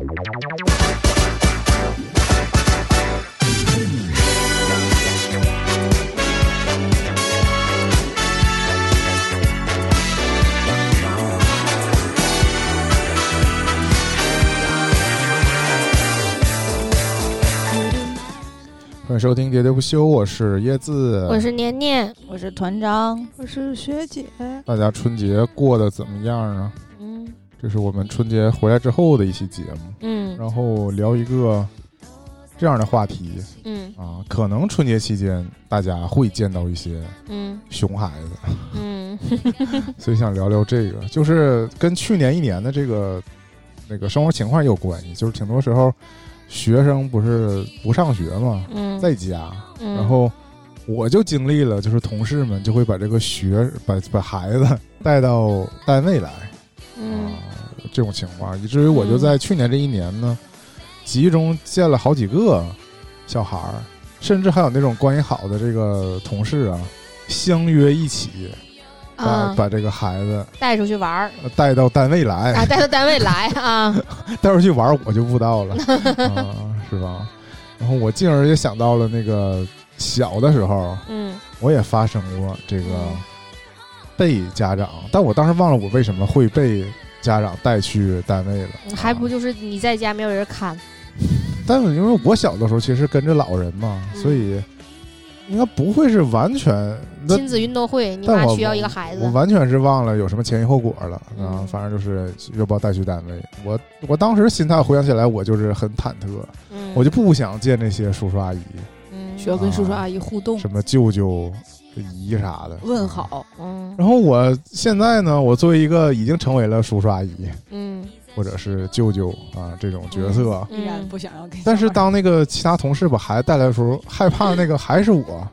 欢迎收听喋喋不休，我是椰子， 我是年年， 我是团长， 我是学姐。 大家春节过得怎么样呢？这是我们春节回来之后的一期节目，然后聊一个这样的话题，可能春节期间大家会见到一些熊孩子，所以想聊聊这个，就是跟去年一年的这个那个生活情况也有关系，就是挺多时候学生不是不上学嘛，在家，然后我就经历了，就是同事们就会把这个把孩子带到单位来，这种情况，以至于我就在去年这一年呢，集中见了好几个小孩儿，甚至还有那种关系好的这个同事啊，相约一起把这个孩子带出去玩， 带到单位来啊，带到单位来啊， 带出去玩我就不知道了是吧？然后我进而也想到了那个小的时候，我也发生过这个被家长，但我当时忘了我为什么会被家长带去单位了， 还不就是你在家没有人看？ 但因为我小的时候其实跟着老人嘛，所以应该不会是完全亲子运动会，你妈需要一个孩子， 我完全是忘了有什么前因后果了反正就是要不要带去单位。我当时心态回想起来，我就是很忐忑，我就不想见那些叔叔阿姨， 需要跟叔叔阿姨互动， 什么舅舅姨啥的问好， 然后我现在呢，我作为一个已经成为了叔叔阿姨，或者是舅舅啊这种角色， 依然不想要跟。 但是当那个其他同事把孩子带来的时候，害怕那个还是我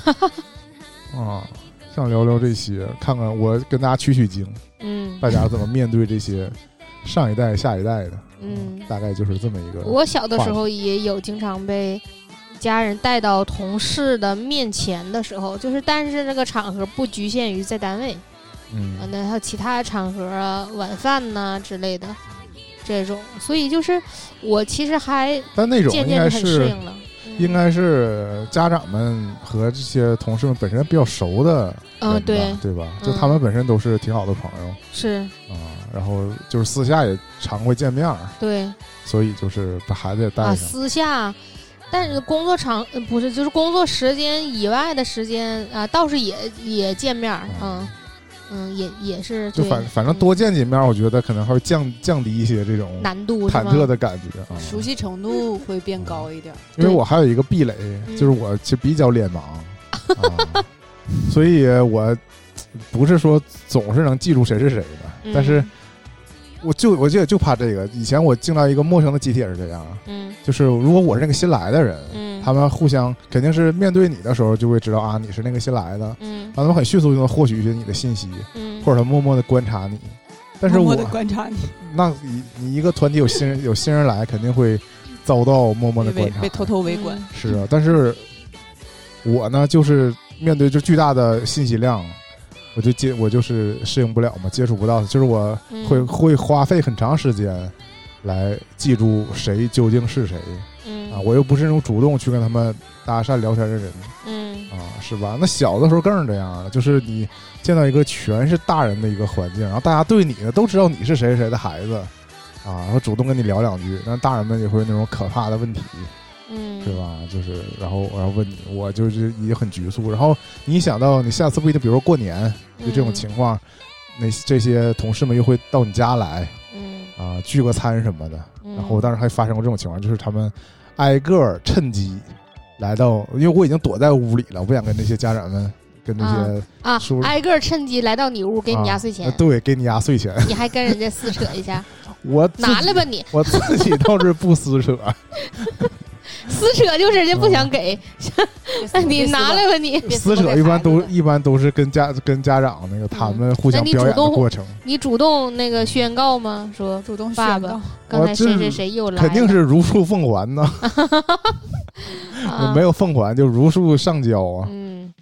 想聊聊这些，看看我跟大家取经，大家怎么面对这些上一代下一代的，大概就是这么一个。 我小的时候也有经常被家人带到同事的面前的时候，就是但是这个场合不局限于在单位，那还有其他场合啊，晚饭呐之类的这种，所以就是我其实还但那种渐渐的很适应了。 应该是家长们和这些同事们本身比较熟的人对吧？就他们本身都是挺好的朋友， 是然后就是私下也常会见面， 对，所以就是把孩子也带上私下。但是工作不是，就是工作时间以外的时间倒是也见面，也是就反正多见几面，我觉得可能会降低一些这种难度忐忑的感觉熟悉程度会变高一点。 因为我还有一个壁垒，就是我其实比较脸盲所以我不是说总是能记住谁是谁的，但是我记得就怕这个。以前我进到一个陌生的集体也是这样，就是如果我是那个新来的人，他们互相肯定是面对你的时候就会知道你是那个新来的，他们很迅速就能获取一些你的信息，或者他默默的观察你。但是默默的观察你， 那你一个团体有新人来，肯定会遭到默默的观察， 被偷偷围观。 是啊，但是我呢，就是面对这巨大的信息量。我就是适应不了嘛，接触不到，就是我会花费很长时间来记住谁究竟是谁，我又不是那种主动去跟他们搭讪聊天的人，是吧？那小的时候更是这样了，就是你见到一个全是大人的一个环境，然后大家对你呢都知道你是谁谁的孩子，然后主动跟你聊两句，但大人们也会有那种可怕的问题。是吧？就是然后我要问你，我就是已经很局促。然后你想到你下次不一定，比如说过年，就这种情况，这些同事们又会到你家来，聚个餐什么的。然后当时还发生过这种情况，就是他们挨个趁机来到，因为我已经躲在屋里了，我不想跟那些家长们跟那些叔挨个趁机来到你屋给你压岁钱， 对，给你压岁钱， 你还跟人家撕扯一下， 我拿来吧你， 我自己倒是不撕扯。 撕扯就是人家不想给，你拿来吧你。 撕扯一般都是跟家长那个他们互相表演的过程。 你主动那个宣告吗？说主动爸爸，刚才谁谁谁又来了， 肯定是如数奉还呢。没有奉还就如数上交啊。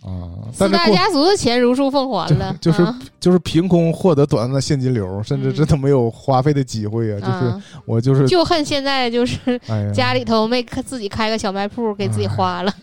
四大家族的钱如数奉还了， 就是凭空获得短暂的现金流，甚至真的没有花费的机会啊！就是我就恨现在就是家里头没自己开个小卖铺给自己花了。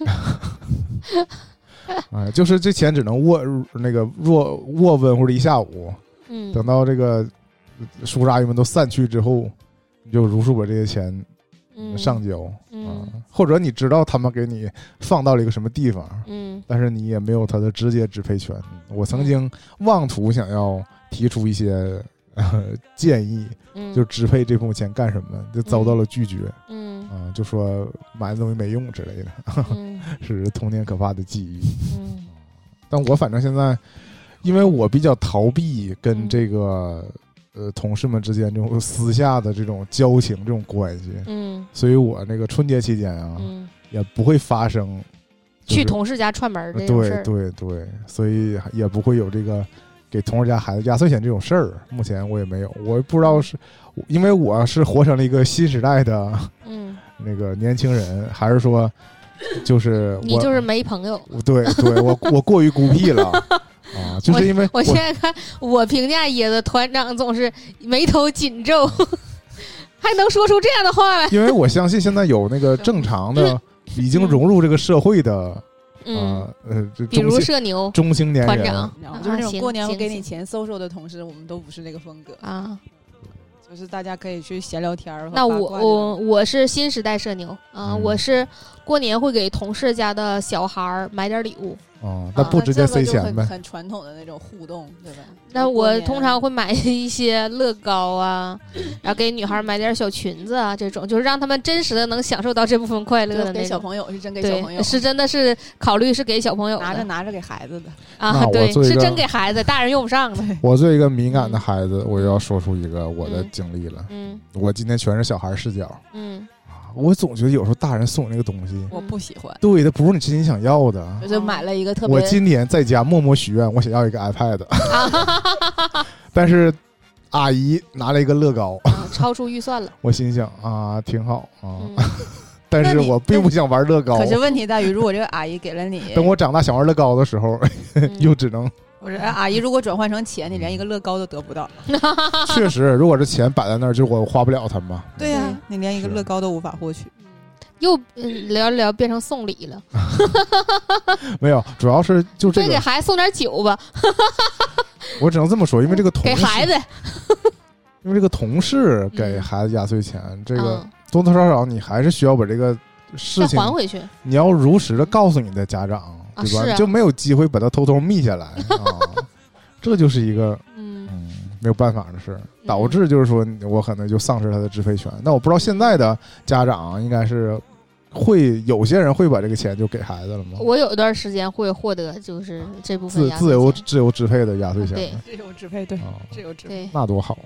哎，就是这钱只能握温或者一下午，等到这个叔叔阿姨们都散去之后，你就如数把这些钱上交，或者你知道他们给你放到了一个什么地方，但是你也没有他的直接支配权。我曾经妄图想要提出一些建议，就支配这部分钱干什么，就遭到了拒绝，就说买的东西没用之类的，是童年可怕的记忆。但我反正现在，因为我比较逃避跟这个同事们之间这种私下的这种交情这种关系，所以我那个春节期间啊，也不会发生去同事家串门这种事儿， 对，所以也不会有这个给同事家孩子压岁钱这种事儿。目前我也没有，我不知道是因为我是活成了一个新时代的那个年轻人，还是说就是你就是没朋友？ 对，我过于孤僻了。就是因为我现在看我评价椰子团长总是眉头紧皱，还能说出这样的话来。 因为我相信现在有那个正常的已经融入这个社会的比如社牛中青年人， 就是那种过年会给你钱social的同事，我们都不是那个风格啊。就是大家可以去闲聊天。 那我是新时代社牛啊，我是过年会给同事家的小孩买点礼物。 但不直接塞钱呗， 很传统的那种互动，对吧？ 那我通常会买一些乐高啊，然后给女孩买点小裙子啊，这种就是让他们真实的能享受到这部分快乐的那种。 给小朋友是真给小朋友， 是真的是考虑是给小朋友的， 拿着给孩子的啊，对，是真给孩子，大人用不上的。 我作为一个敏感的孩子，我要说出一个我的经历了。我今天全是小孩视角。我总觉得有时候大人送我那个东西， 我不喜欢。 对，它不是你真心想要的。 就买了一个特别。 我今年在家默默许愿，我想要一个 iPad， 但是阿姨拿了一个乐高， 超出预算了。 我心想啊，挺好啊，但是我并不想玩乐高。 可是问题在于，如果这个阿姨给了你， 等我长大想玩乐高的时候，又只能。 不是阿姨，如果转换成钱，你连一个乐高都得不到。 确实，如果这钱摆在那儿，就我花不了它嘛。 对呀，你连一个乐高都无法获取。 又聊聊变成送礼了。 没有，主要是就这个。 给孩子送点酒吧。 我只能这么说，因为这个同事给孩子， 因为这个同事给孩子压岁钱，这个多多少少你还是需要把这个事情还回去。 你要如实的告诉你的家长。对吧？就没有机会把它偷偷密下来这就是一个没有办法的事，导致就是说我可能就丧失他的支配权。那我不知道现在的家长应该是会有些人会把这个钱就给孩子了吗？ 我有一段时间会获得就是这部分自由支配的压岁钱， 对， 自由支配，对，自由支配， 那多好。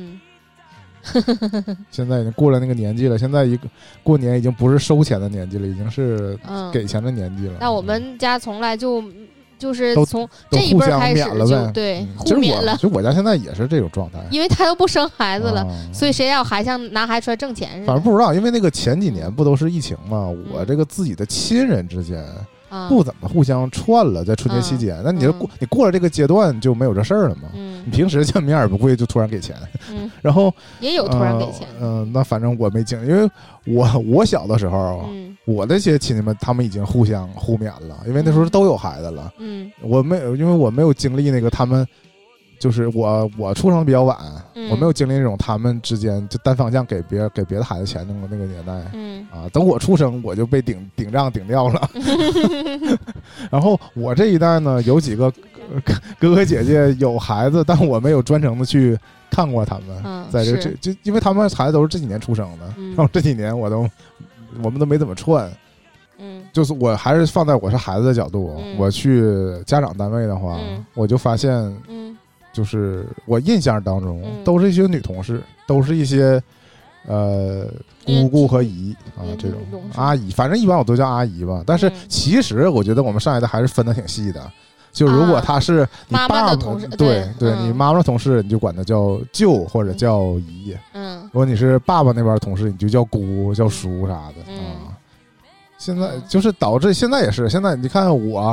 现在已经过了那个年纪了，现在过年已经不是收钱的年纪了，已经是给钱的年纪了。 那我们家从来就是从这一辈开始就对互免了。 其实我家现在也是这种状态， 因为他都不生孩子了，所以谁要还想拿孩子出来挣钱似的。 反正不知道，因为那个前几年不都是疫情嘛，我这个自己的亲人之间不怎么互相串了，在春节期间，那你过了这个阶段就没有这事儿了嘛。你平时见面也不会就突然给钱，然后也有突然给钱。 那反正我没经历，因为我小的时候，我那些亲戚们他们已经互相互免了，因为那时候都有孩子了。因为我没有经历那个他们。就是我出生比较晚，我没有经历那种他们之间就单方向给别的孩子钱那个年代，等我出生我就被顶账顶掉了。然后我这一代呢，有几个哥哥姐姐有孩子，但我没有专程的去看过他们，在这就因为他们孩子都是这几年出生的，然后这几年我们都没怎么串。就是我还是放在我是孩子的角度，我去家长单位的话，我就发现，就是我印象当中都是一些女同事，都是一些姑姑和姨这种阿姨，反正一般我都叫阿姨吧。但是其实我觉得我们上一代还是分得挺细的，就如果他是你爸爸的同事， 对你妈妈的同事，你就管他叫舅或者叫姨。如果你是爸爸那边的同事，你就叫姑叫叔啥的。现在就是导致现在也是，现在你看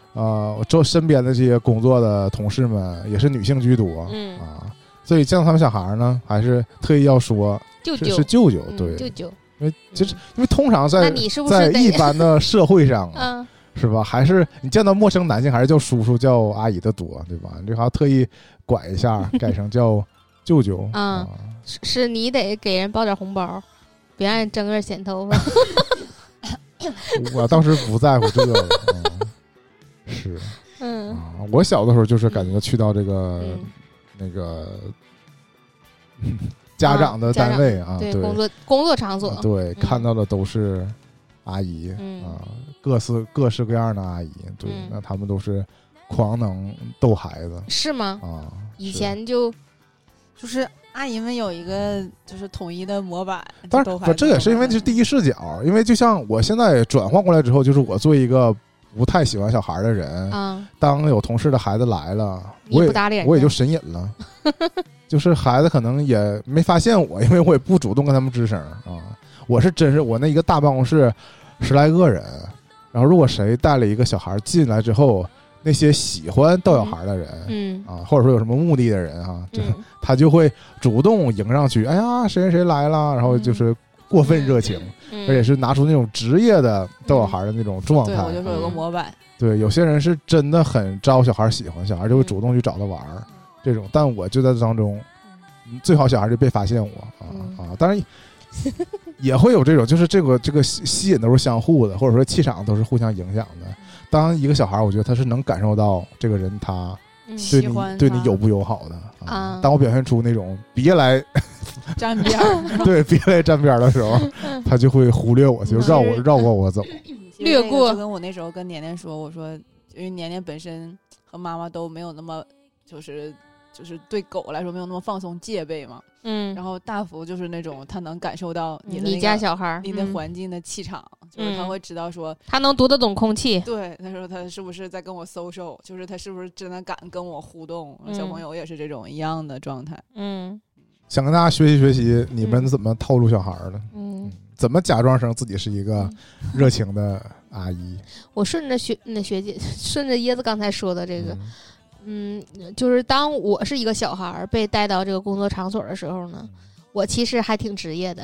我身边的这些工作的同事们也是女性居多，所以见到他们小孩呢，还是特意要说是舅舅，对， 舅舅， 因为通常在一般的社会上啊。是吧？还是你见到陌生男性，还是叫叔叔、叫阿姨的多，对吧？你这还要特意拐一下，改成叫舅舅是你得给人包点红包，别让人争个剪头发。 我倒是不在乎这个，是，我小的时候就是感觉去到这个那个家长的单位啊， 对，工作场所， 对，看到的都是阿姨各式各样的阿姨，对，那他们都是狂能逗孩子， 是吗？以前就是阿姨们有一个就是统一的模板， 当然这也是因为是第一视角，因为就像我现在转换过来之后，就是我做一个不太喜欢小孩的人，当有同事的孩子来了，我也就神隐了，就是孩子可能也没发现我，因为我也不主动跟他们吱声我是真是我那一个大办公室10来个人。然后，如果谁带了一个小孩进来之后，那些喜欢逗小孩的人，或者说有什么目的的人就是他就会主动迎上去，哎呀，谁谁谁来了，然后就是过分热情，而且是拿出那种职业的逗小孩的那种状态。 对，我就说有个模板。 对，有些人是真的很招小孩喜欢，小孩就会主动去找他玩这种。但我就在这当中，最好小孩就别发现我当然。也会有这种，就是这个吸引都是相互的，或者说气场都是互相影响的。当一个小孩，我觉得他是能感受到这个人他对你友不友好的当我表现出那种别来沾边对别来沾边的时候，他就会忽略我，就绕过我走， 略过。 就跟我那时候跟年年说，我说因为年年本身和妈妈都没有那么就是对狗来说没有那么放松戒备嘛，然后大福就是那种他能感受到你家小孩你的环境的气场，就是他会知道说他能读得懂空气， 对，他说他是不是在跟我 social， 就是他是不是真的敢跟我互动，小朋友也是这种一样的状态。 想跟大家学习你们怎么套路小孩的，怎么假装成自己是一个热情的阿姨。 我顺着学姐顺着椰子刚才说的这个就是当我是一个小孩被带到这个工作场所的时候呢，我其实还挺职业的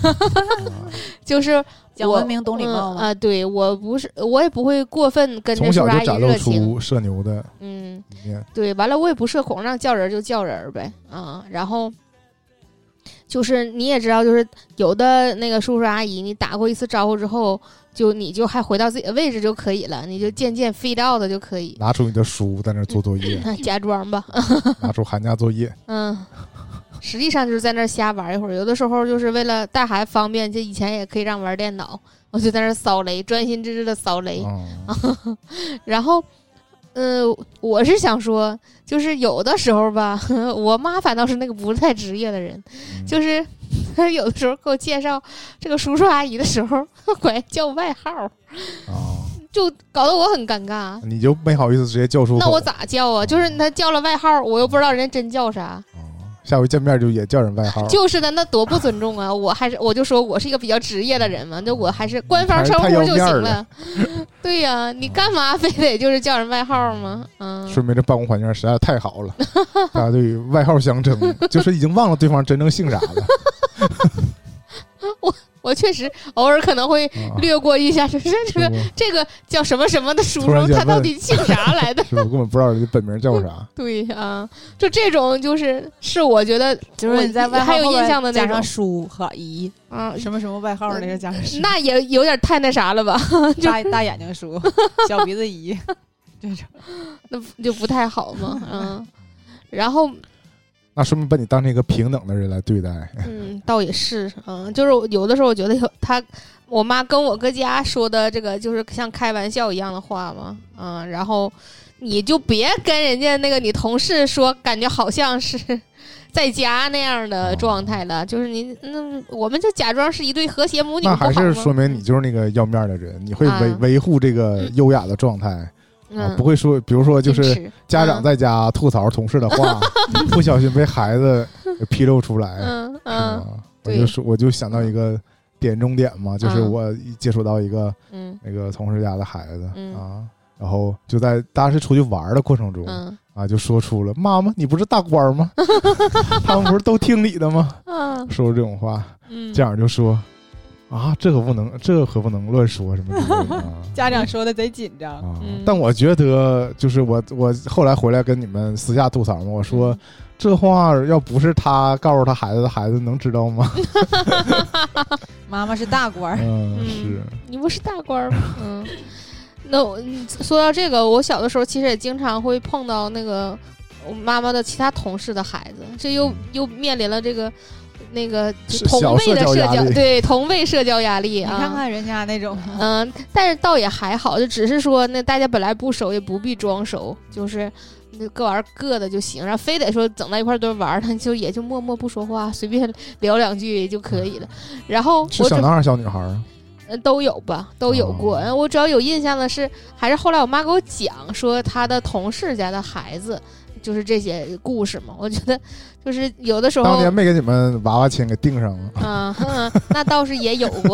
就是讲文明懂礼貌嘛对，我也不会过分跟着叔叔阿姨热情，从小就展露出社牛的对，完了我也不社恐，让叫人就叫人呗然后就是你也知道，就是有的那个叔叔阿姨，你打过一次招呼之后，你就还回到自己的位置就可以了，你就渐渐 fade out 的就可以。 拿出你的书在那做作业， 假装吧。 拿出寒假作业。 实际上就是在那瞎玩一会儿。有的时候就是为了带孩子方便，就以前也可以让玩电脑，我就在那扫雷，专心致志的扫雷。然后。我是想说，就是有的时候吧，我妈反倒是那个不太职业的人，就是她有的时候给我介绍这个叔叔阿姨的时候，管叫外号，就搞得我很尴尬。 你就没好意思直接叫出口？ 那我咋叫啊？就是他叫了外号，我又不知道人家真叫啥。 下回见面就也叫人外号， 就是的，那多不尊重啊！我就说我是一个比较职业的人嘛，就我还是官方称呼就行了。对呀，你干嘛非得就是叫人外号吗？ 说明这办公环境实在太好了，大家对外号相称，就是已经忘了对方真正姓啥了。 我确实偶尔可能会略过一下，就是这个叫什么什么的叔叔，他到底姓啥来的？ 是我根本不知道人家本名叫啥。 对就这种是我觉觉得就是你在外号还有印象的那种， 加上叔和姨什么什么外号那个加上叔， 那也有点太那啥了吧？ 大眼睛叔，小鼻子姨，这种那就不太好嘛。然后。 那说明把你当成一个平等的人来对待。 倒也是，就是有的时候我觉得我妈跟我搁家说的这个就是像开玩笑一样的话嘛，然后你就别跟人家那个你同事说，感觉好像是在家那样的状态了，就是我们就假装是一对和谐母女， 那还是说明你就是那个要面的人，你会维护这个优雅的状态。不会说，比如说就是家长在家吐槽同事的话，不小心被孩子披露出来，我就想到一个点中点嘛，就是我接触到一个那个同事家的孩子然后就在当时出去玩的过程中，就说出了妈妈，你不是大官吗？他们不是都听你的吗？说这种话，家长就说啊，这可不能乱说什么的。 家长说的贼紧张但我觉得就是我后来回来跟你们私下吐槽嘛，我说这话要不是他告诉他孩子的孩子能知道吗？ 妈妈是大官是你不是大官吗？那我说到这个，我小的时候其实也经常会碰到那个我妈妈的其他同事的孩子，这又面临了这个那个同位的社交，对同位社交压力啊。 你看看人家那种， 但是倒也还好，就只是说那大家本来不熟，也不必装熟，就是各玩各的就行，然后非得说整在一块都玩，他就也就默默不说话，随便聊两句就可以了。然后是小男孩小女孩啊？ 都有吧，都有过。我主要有印象的是，还是后来我妈给我讲说她的同事家的孩子，就是这些故事嘛。我觉得就是有的时候当年没给你们娃娃亲给订上了那倒是也有过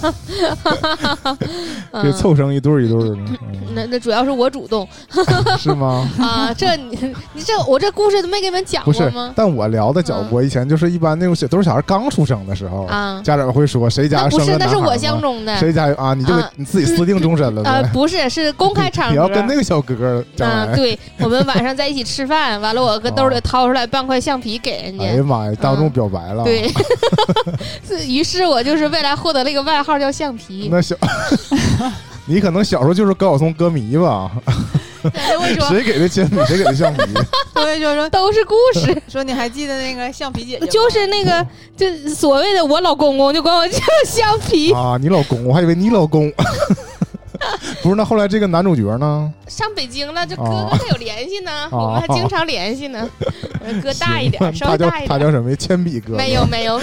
给凑成一对一对的。 那主要是我主动是吗？ 这你这我这故事都没给你们讲过吗？ 但我聊的角我以前就是一般那种都是小孩刚出生的时候家长会说谁家生个男孩， 不是，那是我相中的， 谁家你就你自己私定终身了不是，是公开场合。 你要跟那个小哥哥对，我们晚上在一起吃饭，完了我搁兜里掏出来半块橡皮给人家。 哎呀妈呀，当众表白了。 对，于是我就是未来获得了一个外号叫橡皮。 那你可能小时候就是高晓松歌迷吧？谁给的铅笔，谁给的橡皮？ 对，就说都是故事。 说你还记得那个橡皮姐姐吗？ 就是那个，就所谓的我老公公，就管我叫橡皮啊。你老公，我还以为你老公。不是，那后来这个男主角呢？ 上北京了，这哥跟他有联系呢，我们还经常联系呢。哥大一点，稍微大一点。 他叫什么？铅笔哥？ 没有。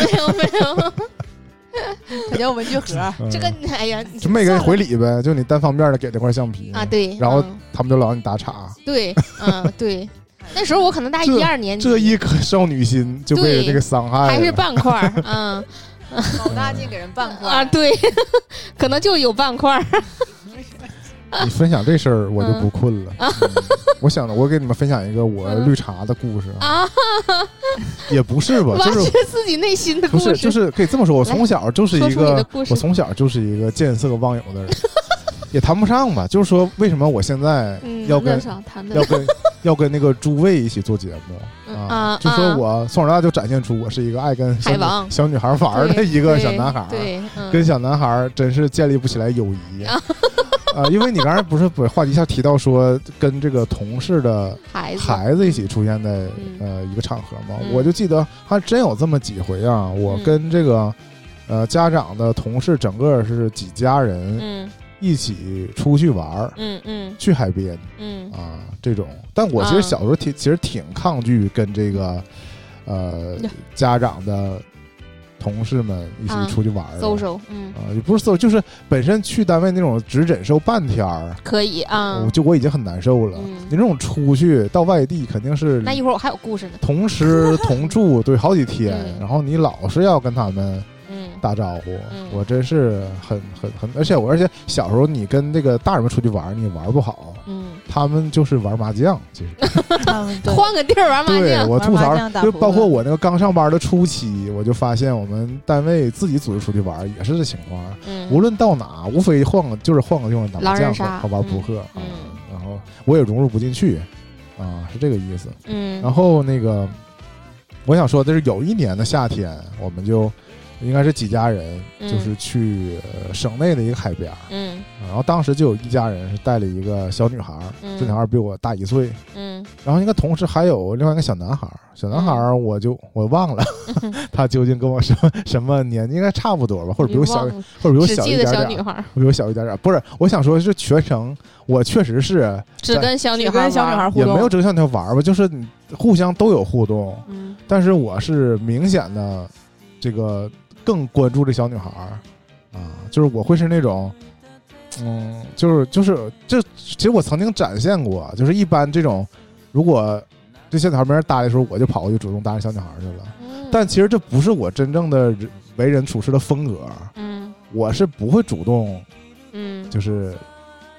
他叫文具盒。 这个，哎呀， 就没给你回礼呗，就你单方面的给那块橡皮啊，对。 然后他们就老让你打岔。 对，对。那时候我可能大1、2年级， 这一颗少女心就被人这个伤害了， 还是半块保大劲给人半块啊，对，可能就有半块。 你分享这事儿我就不困了。我想着我给你们分享一个我绿茶的故事啊，也不是吧，就是自己内心的故事。 不是，就是可以这么说，我从小就是一个见色忘友的人，也谈不上吧。就是说，为什么我现在要跟那个诸位一起做节目啊？就说我从小到大就展现出我是一个爱跟小女孩玩的一个小男孩， 对， 跟小男孩真是建立不起来友谊。因为你刚才不是话题下提到说跟这个同事的孩子一起出现在一个场合嘛，我就记得还真有这么几回啊，我跟这个家长的同事整个是几家人一起出去玩，去海边，这种。但我其实小时候其实挺抗拒跟这个家长的同事们一起出去玩的，也不是就是本身去单位那种只忍受半天可以啊， 我已经很难受了。你这种出去到外地肯定是， 那一会儿我还有故事呢， 同吃同住对好几天，然后你老是要跟他们打招呼，我真是很，而且小时候你跟这个大人们出去玩，你玩不好，他们就是玩麻将，其实换个地儿玩麻将。 对，我吐槽，就包括我那个刚上班的初期，我就发现我们单位自己组织出去玩也是这情况，无论到哪，无非换个地方打麻将和玩扑克，然后我也融入不进去，是这个意思。然后那个我想说的是，有一年的夏天，我们就应该是几家人，就是去省内的一个海边，然后当时就有一家人是带了一个小女孩，这女孩比我大1岁，然后应该同时还有另外一个小男孩，我忘了他究竟跟我说什么年纪，应该差不多吧，或者比我小一点点，比我小一点点。不是，我想说是全程我确实是只跟小女孩互动， 也没有只跟小女孩玩吧，就是互相都有互动，但是我是明显的这个更关注这小女孩就是我会是那种，就是这其实我曾经展现过，就是一般这种如果这小女孩没人搭理的时候，我就跑过去主动搭理小女孩去了，但其实这不是我真正的为人处事的风格，我是不会主动，就是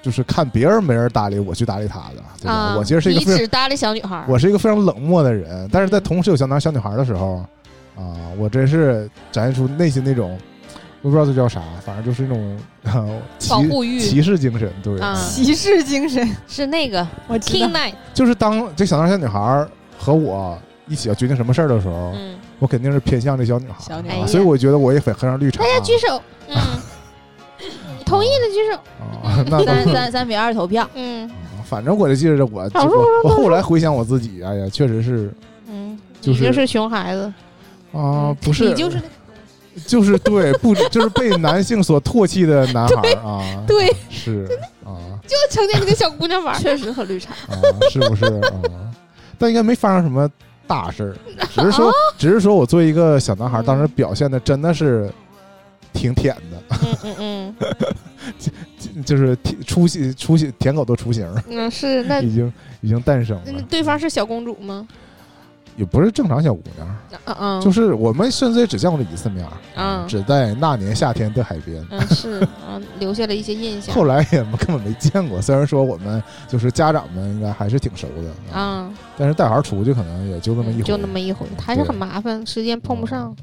就是看别人没人搭理我去搭理他的，对吧？我其实是一个你只搭理小女孩， 我是一个非常冷漠的人，但是在同时有小男小女孩的时候我真是展现出内心那种我不知道这叫啥，反正就是那种保护欲、 骑士精神，对， 骑士精神是那个我 King Knight， 就是当这小男小女孩和我一起要决定什么事儿的时候，我肯定是偏向这小女孩，所以我觉得我也很上绿茶。 大家举手，同意的举手。 那 3-2投票。 反正我就记着我后来回想我自己，哎呀，确实是， 就是熊孩子不是， 你就是就是对，不就是被男性所唾弃的男孩对， 是就成天跟小姑娘玩， 确实很绿茶是不是但应该没发生什么大事儿，只是说我作为一个小男孩，当时表现的真的是挺舔的，就是出息舔狗都雏形， 是那已经诞生了。 对方是小公主吗？ 也不是正常小姑娘，就是我们甚至也只见过这一次面，只在那年夏天的海边， 留下了一些印象。 后来也根本没见过，虽然说我们就是家长们应该还是挺熟的但是带孩出去可能也就那么一回， 还是很麻烦，时间碰不上。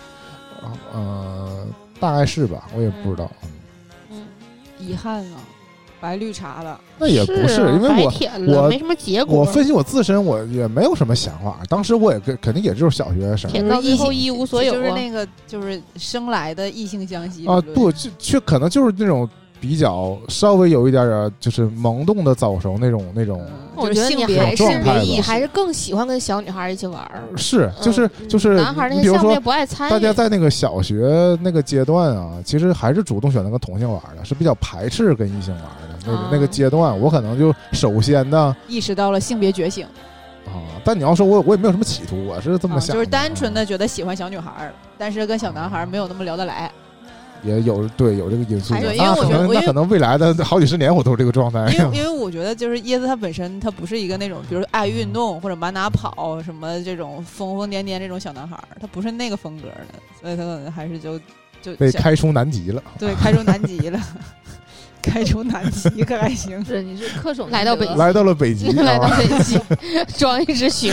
大概是吧，我也不知道。 遗憾啊。白绿茶了， 那也不是，因为我没什么结果。 我分析我自身，我也没有什么想法。当时我也肯定也就是小学生， 舔到最后一无所有， 就是那个就是生来的异性相吸不，却可能就是那种比较稍微有一点就是萌动的早熟那种。 我觉得你还是更喜欢跟小女孩一起玩。 是，就是男孩那些项目也不爱参与。 大家在那个小学那个阶段其实还是主动选择跟同性玩的，是比较排斥跟异性玩的那个阶段。我可能就首先的意识到了性别觉醒但你要说我也没有什么企图，我是这么想的， 就是单纯的觉得喜欢小女孩，但是跟小男孩没有那么聊得来。 也有这个因素， 因为我觉得可能未来的好几十年我都是这个状态。 因为我觉得就是椰子它本身它不是一个那种比如爱运动或者满哪跑什么这种疯疯癫癫这种小男孩，他不是那个风格的，所以他可能还是就被开除南极了。 对，开除南极了。开除南极可还行， 是你是恪守来到了北极， 来到北极，装一只熊，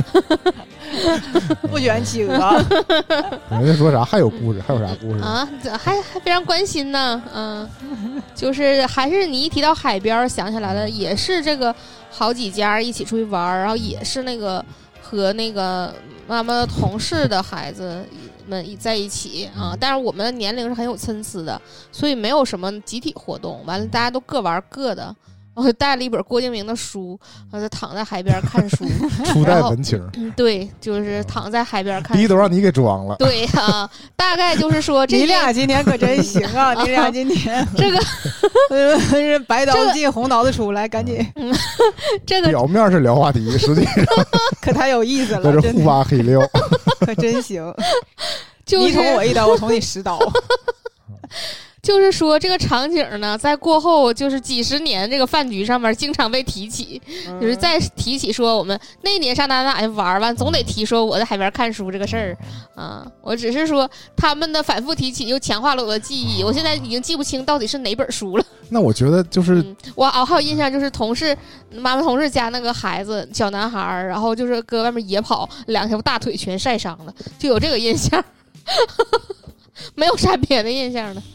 不卷企鹅。 人家说啥？还有故事？还有啥故事啊？还非常关心呢。就是还是你一提到海边想起来了，也是这个好几家一起出去玩，然后也是那个和那个妈妈的同事的孩子们在一起但是我们的年龄是很有参差的，所以没有什么集体活动，完了大家都各玩各的。然后带了一本郭敬明的书，然后就躺在海边看书。 初代文青。 对，就是躺在海边看书。 第一都让你给装了。 对大概就是说你俩今天可真行啊！你俩今天这个是白刀进红刀子出来，赶紧。 这个表面是聊话题，实际上可太有意思了， 这是互挖黑料， 可真行。 就是你捅我一刀，我捅你10刀。 就是说这个场景呢，在过后就是几十年这个饭局上面经常被提起，就是再提起说我们那年上哪玩完，总得提说我在海边看书这个事儿我只是说他们的反复提起又强化了我的记忆，我现在已经记不清到底是哪本书了。 那我觉得就是我还有印象，就是妈妈同事家那个孩子小男孩，然后就是搁外面野跑，2条大腿全晒伤了，就有这个印象。没有啥别的印象的。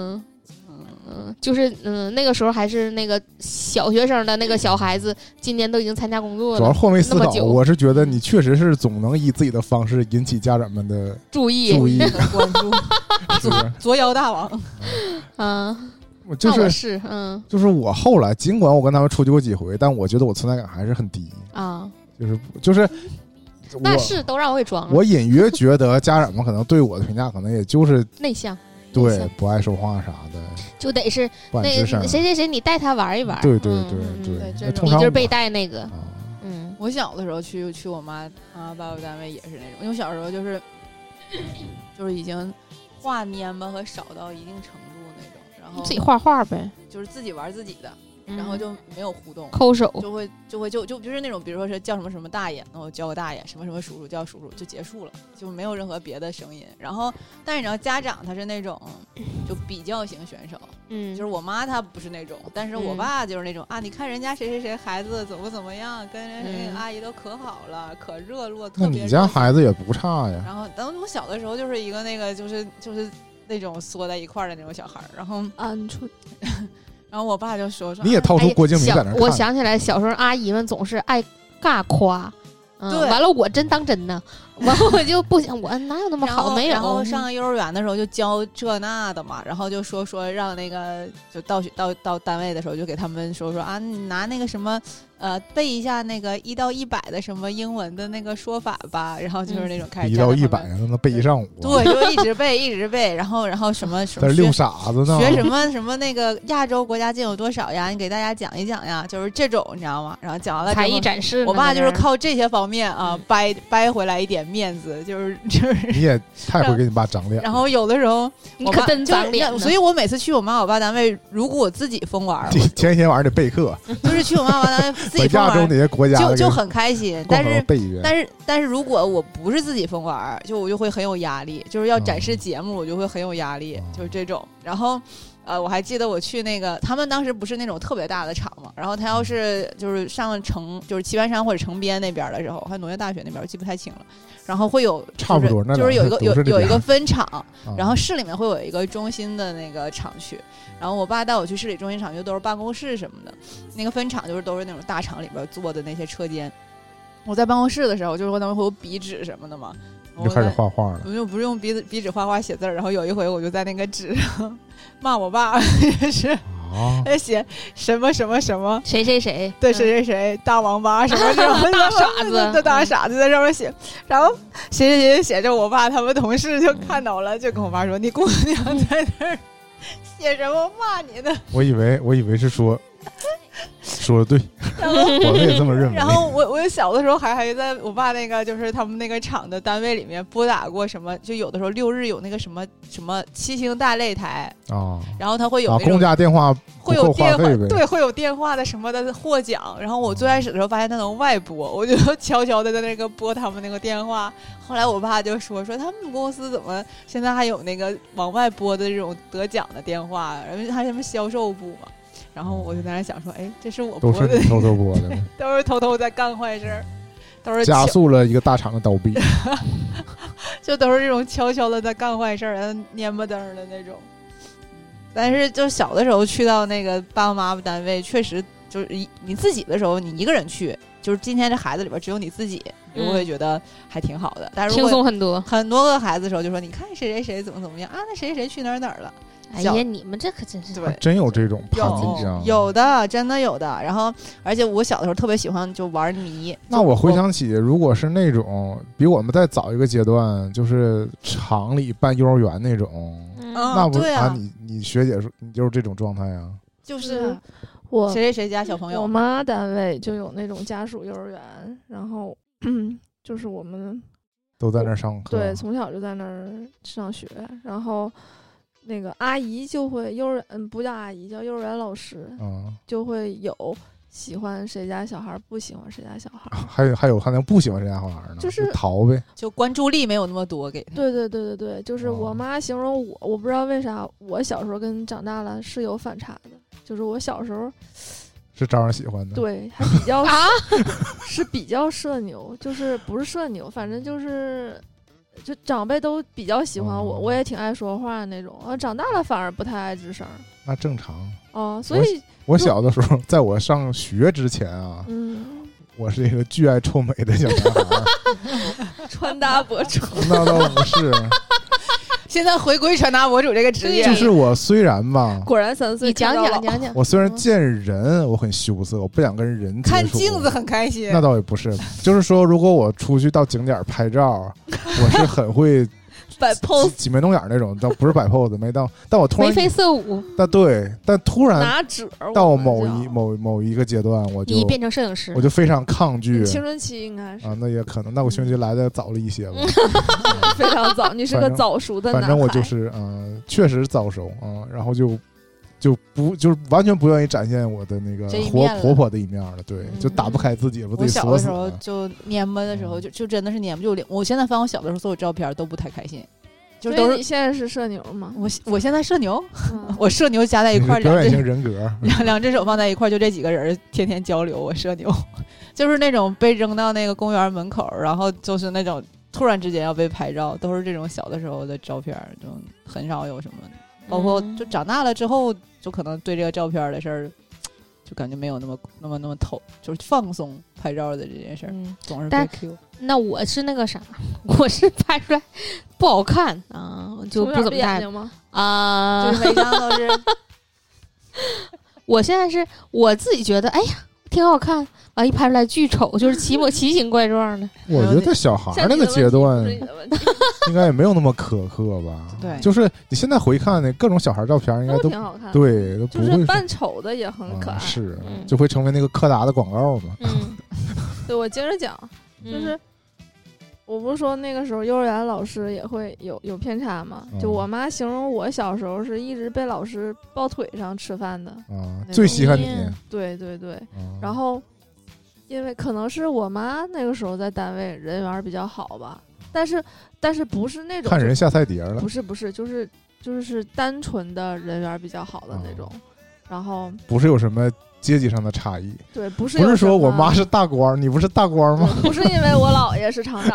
就是那个时候还是那个小学生的那个小孩子，今年都已经参加工作了。 主要换位思考，我是觉得你确实是总能以自己的方式引起家长们的注意关注，作妖大王。 就是我后来尽管我跟他们出去过几回，但我觉得我存在感还是很低就是那是都让我给装了。 我隐约觉得家长们可能对我的评价可能也就是内向。 对，不爱说话啥的， 就得是那谁你带他玩一玩。 对， 你就是被带那个。 我小的时候去我妈爸爸单位也是那种，因为我小时候就是已经画蔫巴和少到一定程度那种，然后自己画画呗， 就是自己玩自己的。然后就没有互动， 抠手就是那种，比如说是叫什么什么大爷，那我叫个大爷，什么什么叔叔叫叔叔，就结束了，就没有任何别的声音。然后，但是你知道家长他是那种， 就比较型选手。就是我妈她不是那种，但是我爸就是那种啊，你看人家谁谁谁孩子怎么样，跟人谁阿姨都可好了，可热络，特别热。 那你家孩子也不差呀。 然后等我小的时候就是一个那个就是那种缩在一块的那种小孩，然后鹌鹑。 然后我爸就说你也掏出郭敬明在那看。 我想起来小时候阿姨们总是爱尬夸。 对， 完了我真当真呢，完了我就不想，我哪有那么好，没有。 然后上幼儿园的时候就教这那的嘛，然后就说让那个就到单位的时候就给他们说啊，你拿那个什么背一下那个1到100的什么英文的那个说法吧，然后就是那种开始 1到100让他背一上午。 对，就一直背，然后什么在溜傻子呢， 学什么那个亚洲国家竟有多少呀？你给大家讲一讲呀，就是这种你知道吗？然后讲完了才艺展示， 我爸就是靠这些方面啊掰回来一点面子，就是你也太会给你爸长脸。 然后有的时候你可真长脸， 所以我每次去我妈我爸单位，如果我自己疯玩， 前一天晚上得备课， 就是去我妈我爸单位自己疯玩， 亚洲那些国家就很开心。但是如果我不是自己疯玩，我就会很有压力，就是要展示节目，我就会很有压力，就是这种。然后我还记得我去那个他们当时不是那种特别大的场嘛，然后他要是就是上就是棋盘山或者城边那边的时候，还有农业大学那边我记不太清了，然后会有差不多就是有一个分场，然后市里面会有一个中心的那个场区，然后我爸带我去市里中心场，就都是办公室什么的，那个分场就是都是那种大厂里边做的那些车间。我在办公室的时候，就是他们会有笔纸什么的嘛， 就开始画画了。 我就不是用笔纸画画写字，然后有一回我就在那个纸上骂我爸，是写什么什么什么谁谁谁， 对谁谁谁大王八什么这种大傻子， 大傻子在上面写，然后写写写写着，我爸他们同事就看到了，就跟我爸说：“你姑娘在那儿写什么骂你的？” 我以为是说的对，我们也这么认为。 然后我小的时候还在我爸那个就是他们那个厂的单位里面拨打过什么，就有的时候6日有那个什么7星大擂台啊，然后他会有公家电话会有电话，对，会有电话的什么的获奖。然后我最开始的时候发现他能外拨，我就悄悄的在那个拨他们那个电话。后来我爸就说他们公司怎么现在还有那个往外拨的这种得奖的电话，因为他什么销售部嘛。然后我就在那想说，这是我播的， 都是偷偷播的， 都是偷偷在干坏事，都是加速了一个大厂的倒闭， 就都是这种悄悄的在干坏事，蔫不登的那种。但是就小的时候去到那个爸爸妈妈单位，确实就是你自己的时候，你一个人去，就是今天这孩子里边只有你自己，你会觉得还挺好的。但是轻松很多， 很多个孩子的时候就说，你看谁谁谁怎么样啊，那谁谁谁去哪儿了。 哎呀，你们这可真是对， 真有这种叛逆啊！ 有的，真的有的。然后，而且我小的时候特别喜欢就玩泥。 那我回想起，如果是那种比我们再早一个阶段，就是厂里办幼儿园那种，那不啊？你学姐说你就是这种状态啊？ 就是我谁谁谁家小朋友， 我妈单位就有那种家属幼儿园，然后就是我们都在那儿上课， 对，从小就在那儿上学，然后。那个阿姨就会不叫阿姨，叫幼儿园老师，就会有喜欢谁家小孩，不喜欢谁家小孩， 还有能不喜欢谁家小孩呢？ 就是逃呗， 就关注力没有那么多给他。 对，就是我妈形容我不知道为啥我小时候跟长大了是有反差的，就是我小时候是招人喜欢的， 对，还比较是比较社牛，就是不是社牛，反正就是。就长辈都比较喜欢我，我也挺爱说话那种。长大了反而不太爱吱声， 那正常。 所以我小的时候，在我上学之前啊，我是一个巨爱臭美的小男孩， 穿搭博主。 那倒不是。 现在回归穿搭博主这个职业， 就是我虽然吧， 果然3岁， 你讲讲。 我虽然见人我很羞涩，我不想跟人接触， 看镜子很开心。 那倒也不是，就是说，如果我出去到景点拍照，我是很会摆 pose 挤眉弄眼那种，倒不是摆 pose 没到，但我突然眉飞色舞。 但突然拿纸到某一个阶段，我就你变成摄影师， 我就非常抗拒。 青春期应该是啊，那也可能，那我青春期来的早了一些吧， 非常早，你是个早熟的男孩。 反正我就是确实早熟然后就是完全不愿意展现我的那个活泼的一面了，对，就打不开自己，我自己小的时候就蔫巴的时候就真的是蔫巴，我现在翻我小的时候所有照片都不太开心， 就都是。 你现在是社牛吗？ 我现在社牛，我社牛加在一块儿， 表演型人格， 两只手放在一块儿，就这几个人天天交流。我社牛，就是那种被扔到那个公园门口，然后就是那种突然之间要被拍照，都是这种小的时候的照片，就很少有什么。包括就长大了之后，就可能对这个照片的事儿。就感觉没有那么就是放松拍照的这件事儿，总是被 Q。 那我是那个啥，我是拍出来不好看啊，就不怎么戴啊， 就是每张都是。 我现在是我自己觉得，哎呀，挺好看，完一拍出来巨丑，就是奇形怪状的。 我觉得小孩那个阶段应该也没有那么苛刻吧？ 对， 就是你现在回看那各种小孩照片，应该都挺好看。 对，都不会就是扮丑的也很可爱， 是就会成为那个柯达的广告嘛。 对，我接着讲，就是我不是说那个时候幼儿园老师也会有偏差吗？就我妈形容我小时候是一直被老师抱腿上吃饭的最稀罕你。 对对对，然后因为可能是我妈那个时候在单位人缘比较好吧，但是不是那种看人下菜碟了， 不是，就是单纯的人缘比较好的那种，然后不是有什么阶级上的差异， 对，不是说我妈是大官，你不是大官吗？ 不是因为我姥爷是厂长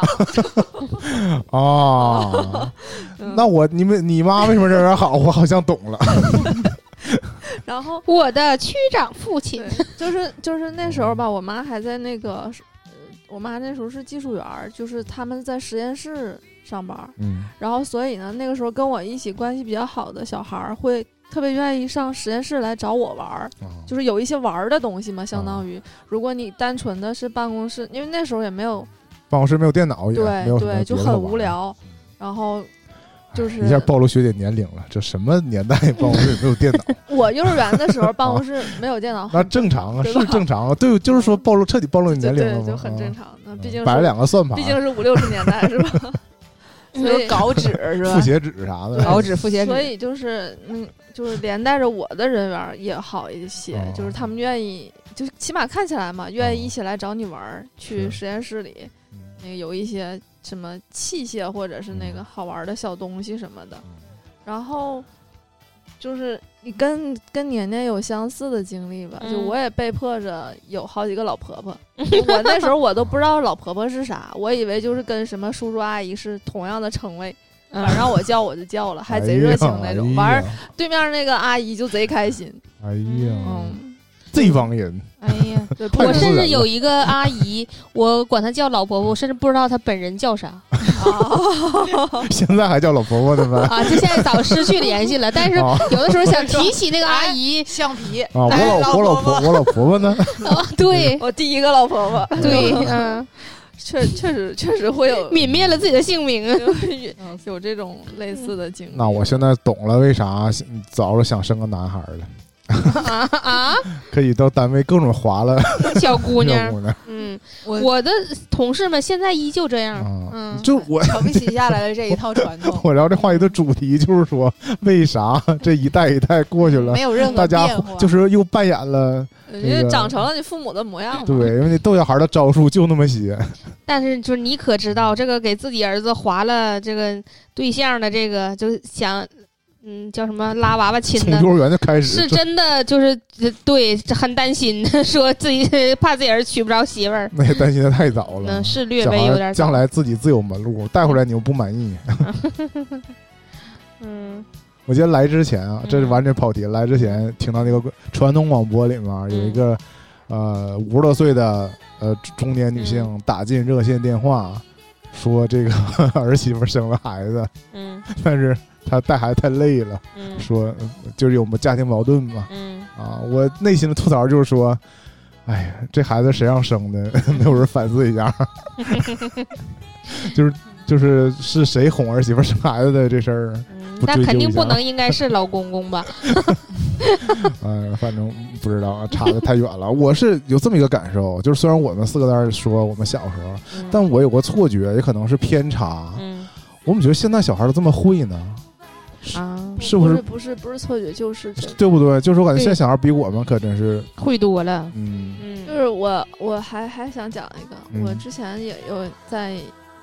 啊，那你妈为什么人缘好？我好像懂了。 然后我的区长父亲就是那时候吧，我妈还在那个，我妈那时候是技术员，就是他们在实验室上班，然后所以呢，那个时候跟我一起关系比较好的小孩会特别愿意上实验室来找我玩，就是有一些玩的东西嘛，相当于如果你单纯的是办公室，因为那时候也没有办公室没有电脑，也没有对，就很无聊，然后。就是一下暴露学姐年龄了，这什么年代办公室没有电脑？ 我幼儿园的时候办公室没有电脑， 那正常啊，是正常啊。对，就是说彻底暴露你年龄了， 对，就很正常。那毕竟摆了两个算盘， 毕竟是50-60年代是吧？ 所以稿纸是吧？ 复写纸啥的， 稿纸、复写纸。 所以就是就是连带着我的人缘也好一些，就是他们愿意，就起码看起来嘛，愿意一起来找你玩，去实验室里，那个有一些。什么器械或者是那个好玩的小东西什么的，然后就是你跟年年有相似的经历吧，就我也被迫着有好几个老婆婆，我那时候我都不知道老婆婆是啥，我以为就是跟什么叔叔阿姨是同样的称谓，反正让我叫我就叫了，还贼热情那种，完对面那个阿姨就贼开心， 哎呀，这帮人。 哎呀，我甚至有一个阿姨，我管她叫老婆婆，我甚至不知道她本人叫啥。 现在还叫老婆婆的吗？ 啊，就现在早失去联系了。但是有的时候想提起那个阿姨， 橡皮啊，我老婆婆呢？ 对， 我第一个老婆婆， 对， 确实会有泯灭了自己的性命， 有这种类似的经历。 那我现在懂了，为啥早着想生个男孩了。可以到单位各种划了小姑娘。我的同事们现在依旧这样。 就我承袭下来的这一套传统。 我聊这话题的主题就是说，为啥这一代一代过去了， 没有任何大家就是又扮演了， 因为长成了你父母的模样。 对，因为你逗小孩的招数就那么些。 但是就是你可知道，这个给自己儿子划了这个对象的这个，就想。叫什么拉娃娃亲的？ 从幼儿园就开始， 是真的，就是对，很担心，说自己怕自己儿子娶不着媳妇儿。 那也担心的太早了， 是略微有点早。 将来自己自有门路，带回来你又不满意。我记得来之前啊，这是完全跑题。来之前听到那个传统广播里面有一个50多岁的中年女性打进热线电话，说这个儿媳妇生了孩子，但是。他带孩子太累了，说就是有家庭矛盾嘛，我内心的吐槽就是说，哎呀，这孩子谁让生的？没有人反思一下，就是谁哄儿媳妇生孩子的这事儿， 那肯定不能应该是老公公吧？ 反正不知道，差得太远了。我是有这么一个感受，就是虽然我们4个在说我们小时候，但我有个错觉，也可能是偏差。我们觉得现在小孩都这么会呢。是不是不是错觉，就是对不对？就是我感觉现在小孩比我们可真是会多了。 就是我还想讲一个，我之前也有在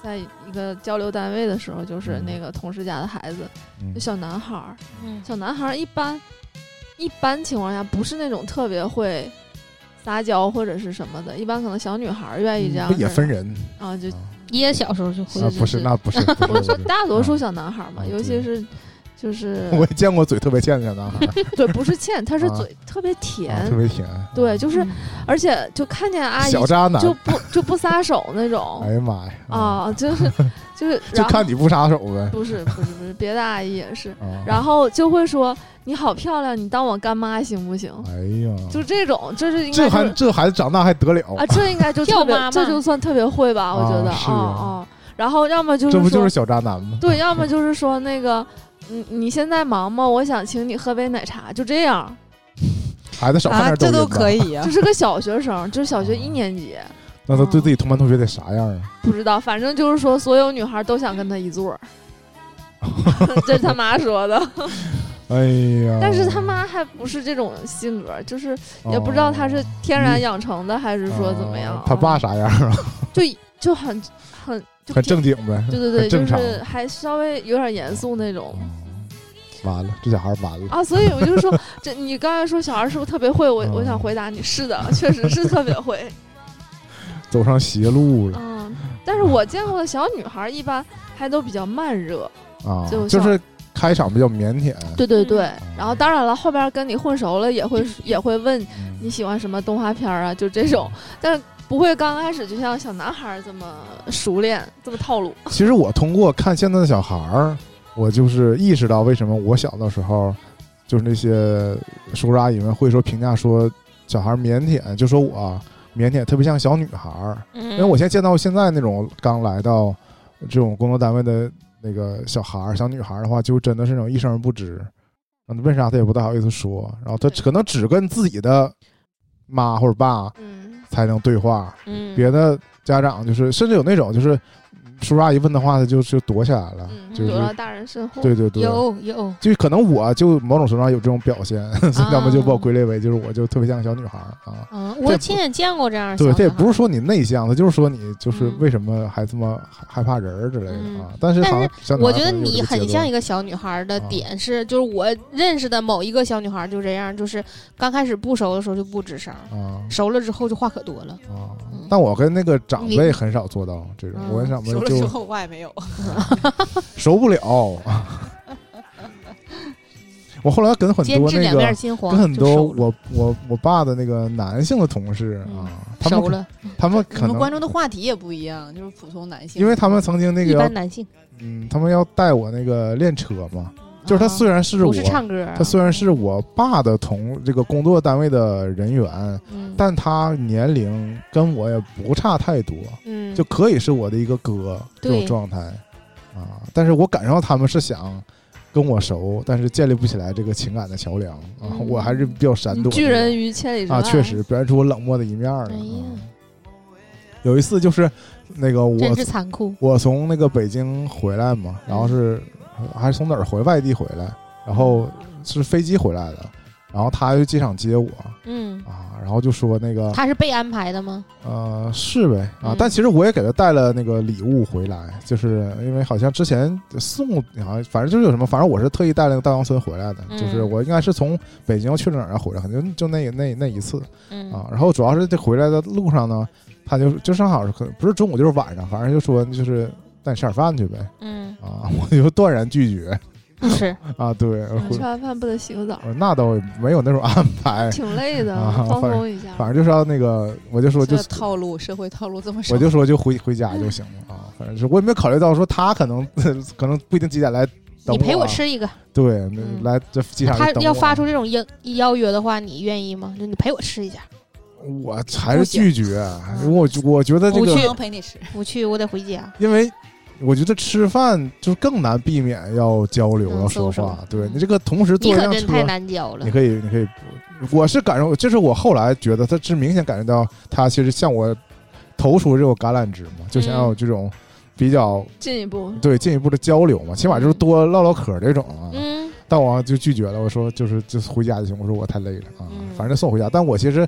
在一个交流单位的时候，就是那个同事家的孩子，就小男孩儿，小男孩儿一般情况下不是那种特别会撒娇或者是什么的，一般可能小女孩愿意这样。 也分人啊，就也小时候就会。 不是，那不是。 我说大多数小男孩嘛，尤其是就是我也见过嘴特别欠的小男孩。 对，不是欠，他是嘴特别甜， 特别甜。 对，就是而且就看见阿姨小渣男就不撒手那种。 哎呀妈呀！ 啊，就是就看你不撒手呗。 不是，别的阿姨也是，然后就会说你好漂亮，你当我干妈行不行？ 哎呀， 就这种，这是应该这孩子长大还得了啊？这应该就特别，这就算特别会吧？我觉得啊。 然后要么就是这不就是小渣男吗？ 对，要么就是说那个，你现在忙吗？我想请你喝杯奶茶，就这样。 孩子少看点抖音吧， 这都可以啊。 这是个小学生，就是小学1年级。 那他对自己同班同学得啥样啊？ 不知道，反正就是说，所有女孩都想跟他一座。这是他妈说的。 哎呀！ 但是他妈还不是这种性格，就是也不知道他是天然养成的，还是说怎么样。 他爸啥样啊？ 就很正经呗。 对，就是还稍微有点严肃那种。 完了，这小孩完了啊！所以我就说，这你刚才说小孩是不是特别会？我想回答你，是的，确实是特别会。 走上邪路了。 但是我见过的小女孩一般还都比较慢热啊，就是开场比较腼腆。 对，然后当然了，后边跟你混熟了也会问你喜欢什么动画片啊，就这种，但是不会刚开始就像小男孩这么熟练，这么套路。 其实我通过看现在的小孩，我就是意识到为什么我小的时候，就是那些叔叔阿姨们会说评价说小孩腼腆，就说我腼腆特别像小女孩。因为我现在见到现在那种刚来到这种工作单位的那个小孩小女孩的话，就真的是那种一声不吱，为啥他也不太好意思说，然后他可能只跟自己的妈或者爸才能对话，别的家长就是甚至有那种就是叔叔阿姨问的话，他就躲起来了，就是躲到大人身后。 对， 有， 就可能我就某种程度上有这种表现，要么就把我归类为就是我就特别像小女孩啊。 我亲眼见过这样。 对，这也不是说你内向，他就是说你就是为什么还这么害怕人之类的啊。但是我觉得你很像一个小女孩的点是，就是我认识的某一个小女孩就这样，就是刚开始不熟的时候就不吱声，熟了之后就话可多了。 但我跟那个长辈很少做到这种，我跟长辈就熟了我也没有。 熟不了。我后来跟很多那个跟很多我爸的那个男性的同事他们可能关注的话题也不一样，就是普通男性， 因为他们曾经那个一般男性， 他们要带我那个练车嘛，就是他虽然是我， 不是唱歌， 他虽然是我爸的这个工作单位的人员，但他年龄跟我也不差太多，就可以是我的一个哥这种状态啊。但是我感受到他们是想跟我熟，但是建立不起来这个情感的桥梁啊，我还是比较闪躲。 拒人于千里之外啊，确实表现出我冷漠的一面了。有一次就是那个真是残酷， 我从那个北京回来嘛，然后还是从哪儿外地回来，然后是飞机回来的，然后他去机场接我，然后就说那个他是被安排的吗？ 是呗啊，但其实我也给他带了那个礼物回来，就是因为好像之前好像反正就是有什么，反正我是特意带了个稻香村回来的，就是我应该是从北京去了哪儿回来，可能就那一次，然后主要是这回来的路上呢，他就正好是不是中午就是晚上，反正就说就是带你吃点饭去呗，我就断然拒绝。 不是啊，对， 吃完饭不得洗个澡？ 那倒没有那种安排， 挺累的，放松一下。 反正就是要那个，我就说就是套路，社会套路这么少， 我就说就回家就行了啊。反正是我也没有考虑到说他可能不一定几点来等我， 你陪我吃一个， 对，来这机场他要发出这种邀约的话，你愿意吗？就你陪我吃一下。 我还是拒绝，我觉得这个不能陪你吃， 不去，我得回家， 因为。我觉得吃饭就更难避免要交流要说话，对你这个同时坐一辆车， 你可真太难教了。 你可以，我是感受，就是我后来觉得他是明显感觉到他其实向我投出这种橄榄枝嘛，就想要有这种比较进一步的交流嘛，起码就是多唠唠嗑这种啊。但我就拒绝了，我说就回家就行，我说我太累了啊，反正送回家。但我其实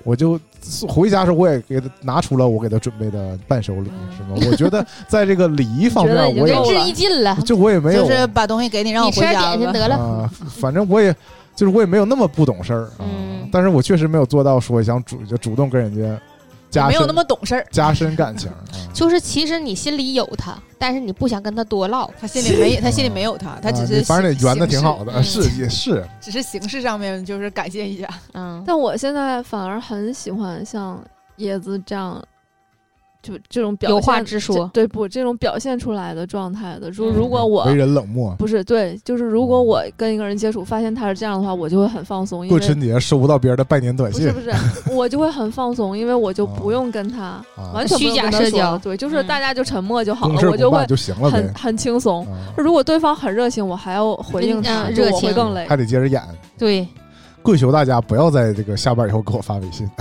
我就回家时候我也给他拿出了我给他准备的伴手礼，是吗？我觉得在这个礼仪方面我也仁至义尽了， 就我也没有就是把东西给你让我回家点心得了。 反正我也没有那么不懂事儿，但是我确实没有做到说想主动跟人家没有那么懂事儿， 加深感情。 就是其实你心里有他，但是你不想跟他多唠。 他心里没有他只是反正圆的挺好的，也是， 只是形式上面就是感谢一下。 但我现在反而很喜欢像椰子这样。就这种表现有话直说， 对不？这种表现出来的状态的，如果我为人冷漠， 不是对，就是如果我跟一个人接触，发现他是这样的话，我就会很放松。 过春节收不到别人的拜年短信， 不是，我就会很放松，因为我就不用跟他完全虚假社交， 对，就是大家就沉默就好了，我就会很轻松。如果对方很热情，我还要回应他， 热情会更累， 还得接着演。 对， 跪求大家不要在这个下班以后给我发微信。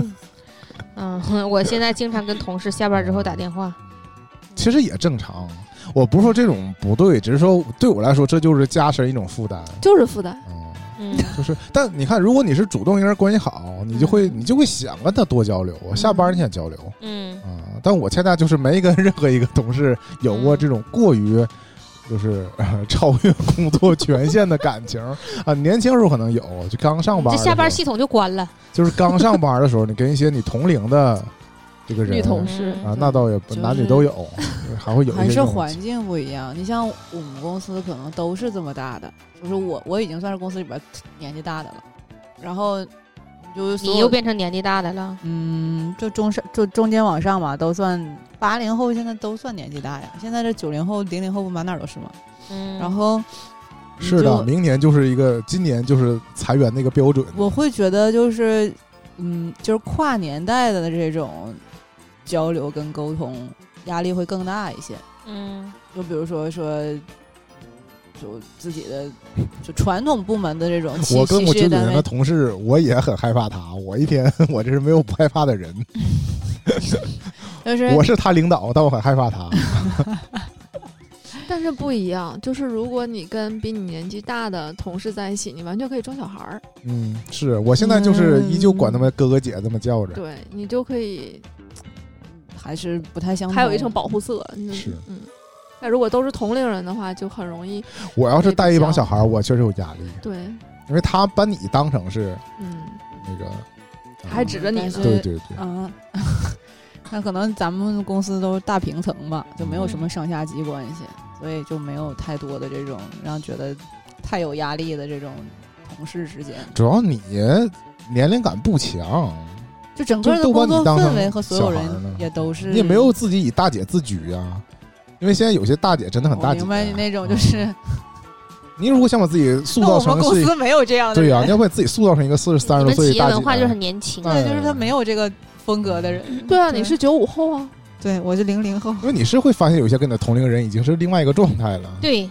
我现在经常跟同事下班之后打电话， 其实也正常。我不是说这种不对，只是说对我来说这就是加深一种负担， 就是负担。 就是，但你看，如果你是主动跟人关系好，你就会想跟他多交流。下班你想交流，但我现在就是没跟任何一个同事有过这种过于。就是超越工作权限的感情啊！年轻时候可能有，就刚上班， 这下班系统就关了。 就是刚上班的时候，你跟一些你同龄的这个人女同事啊，那倒也男女都有，还会有一些。 还是环境不一样。你像我们公司可能都是这么大的，就是我已经算是公司里边年纪大的了，然后你又变成年纪大的了。 就中间往上吧，都算80后，现在都算年纪大呀。现在这90后、00后满哪都是嘛。然后是的，明年就是今年就是裁员那个标准。 我会觉得就是就是跨年代的这种交流跟沟通压力会更大一些。就比如说就自己的就传统部门的这种我跟我990的同事，我也很害怕他。我一天我这是没有不害怕的人， 就是我是他领导，但我很害怕他。 但是不一样，就是如果你跟比你年纪大的同事在一起，你完全可以装小孩儿。 是我现在就是依旧管他们哥哥姐这么叫着。 对，你就可以， 还是不太相同， 还有一层保护色。 是那如果都是同龄人的话，就很容易。 我要是带一帮小孩，我确实有压力。 对， 因为他把你当成是那个， 还指着你呢。 对对对。 那可能咱们公司都是大平层吧，就没有什么上下级关系，所以就没有太多的这种让觉得太有压力的这种同事之间。 主要你年龄感不强。 就整个的工作氛围和所有人也都是， 你也没有自己以大姐自居啊。因为现在有些大姐真的很大姐， 明白你那种就是， 你如果想把自己塑造成， 我们公司没有这样的， 对呀，你要把自己塑造成一个40、30多岁的大姐， 企业文化就是很年轻， 对，就是他没有这个风格的人。 对啊，你是95后啊， 对，我是00后。 因为你是会发现有些跟你的同龄人已经是另外一个状态了。 对，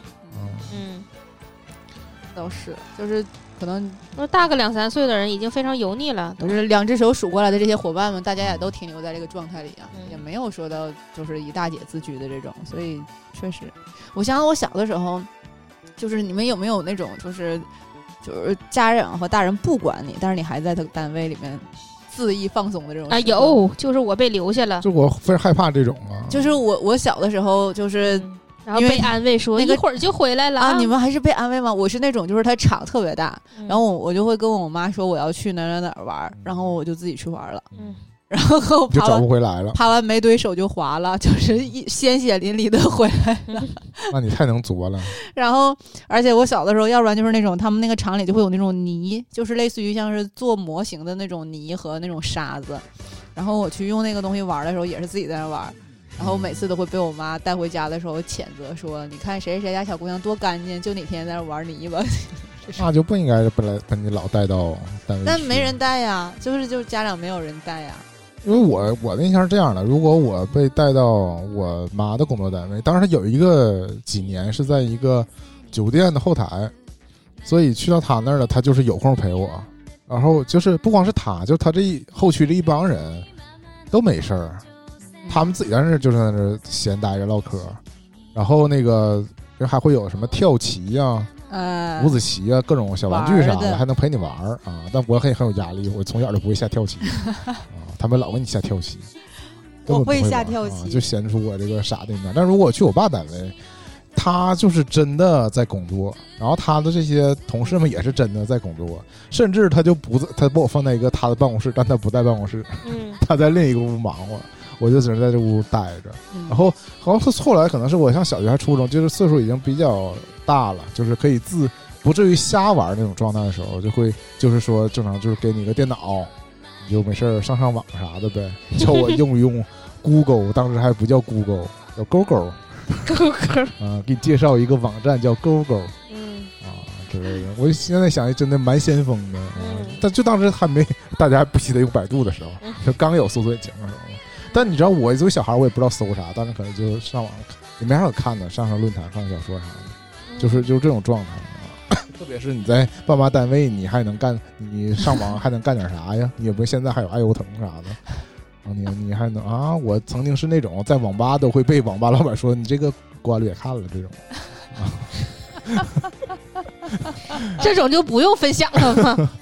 倒是，就是可能大个2、3岁的人已经非常油腻了， 就是2只手数过来的这些伙伴们，大家也都停留在这个状态里啊，也没有说到就是以大姐自居的这种，所以确实，我想我小的时候，就是你们有没有那种就是家长和大人不管你，但是你还在他单位里面恣意放松的这种啊？ 有，就是我被留下了， 就我非常害怕这种啊。 就是我小的时候就是。 然后被安慰说一会儿就回来了啊！你们还是被安慰吗？我是那种就是他场特别大，然后我就会跟我妈说我要去哪儿玩，然后我就自己去玩了，然后就找不回来了， 爬完没堆手就滑了，就是鲜血淋漓的回来了。 那你太能作了。 然后而且我小的时候，要不然就是那种他们那个厂里就会有那种泥，就是类似于像是做模型的那种泥和那种沙子，然后我去用那个东西玩的时候，也是自己在那玩。然后每次都会被我妈带回家的时候谴责说：“你看谁谁家小姑娘多干净，就你天天在那玩泥巴。” 那就不应该把你老带到单位。 但没人带呀，就是家长没有人带呀。 因为我的印象是这样的，如果我被带到我妈的工作单位，当时她有一个几年是在一个酒店的后台，所以去到她那儿了，她就是有空陪我。然后就是不光是她，就她这后区的一帮人都没事儿。他们自己在那就是在那闲待着唠嗑，然后那个还会有什么跳棋啊， 五子棋啊，各种小玩具啥的，还能陪你玩啊。但我很有压力，我从小就不会下跳棋啊，他们老给你下跳棋， 我会下跳棋， 就显出我这个傻的一面。但如果我去我爸单位，他就是真的在工作，然后他的这些同事们也是真的在工作，甚至他把我放在一个他的办公室，但他不在办公室，他在另一个屋忙活，我就只能在这屋待着。然后好像后来可能是我上小学还初中，就是岁数已经比较大了，就是可以不至于瞎玩那种状态的时候，就会就是说正常就是给你个电脑，你就没事上网啥的呗，叫我用一用 Google， 当时还不叫 Google， 叫 Google。啊，给你介绍一个网站叫 Google， 之类的。我现在想，真的蛮先锋的。但就当时还没大家不记得用百度的时候，就刚有搜索引擎的时候。但你知道，我作为小孩，我也不知道搜啥，但是可能就上网，也没啥可看的，上论坛看小说啥的，就是这种状态啊。特别是你在爸妈单位，你还能你上网还能干点啥呀？你也不现在还有爱优腾啥的。你还能啊？我曾经是那种在网吧都会被网吧老板说你这个关了也看了这种， 这种就不用分享了吗？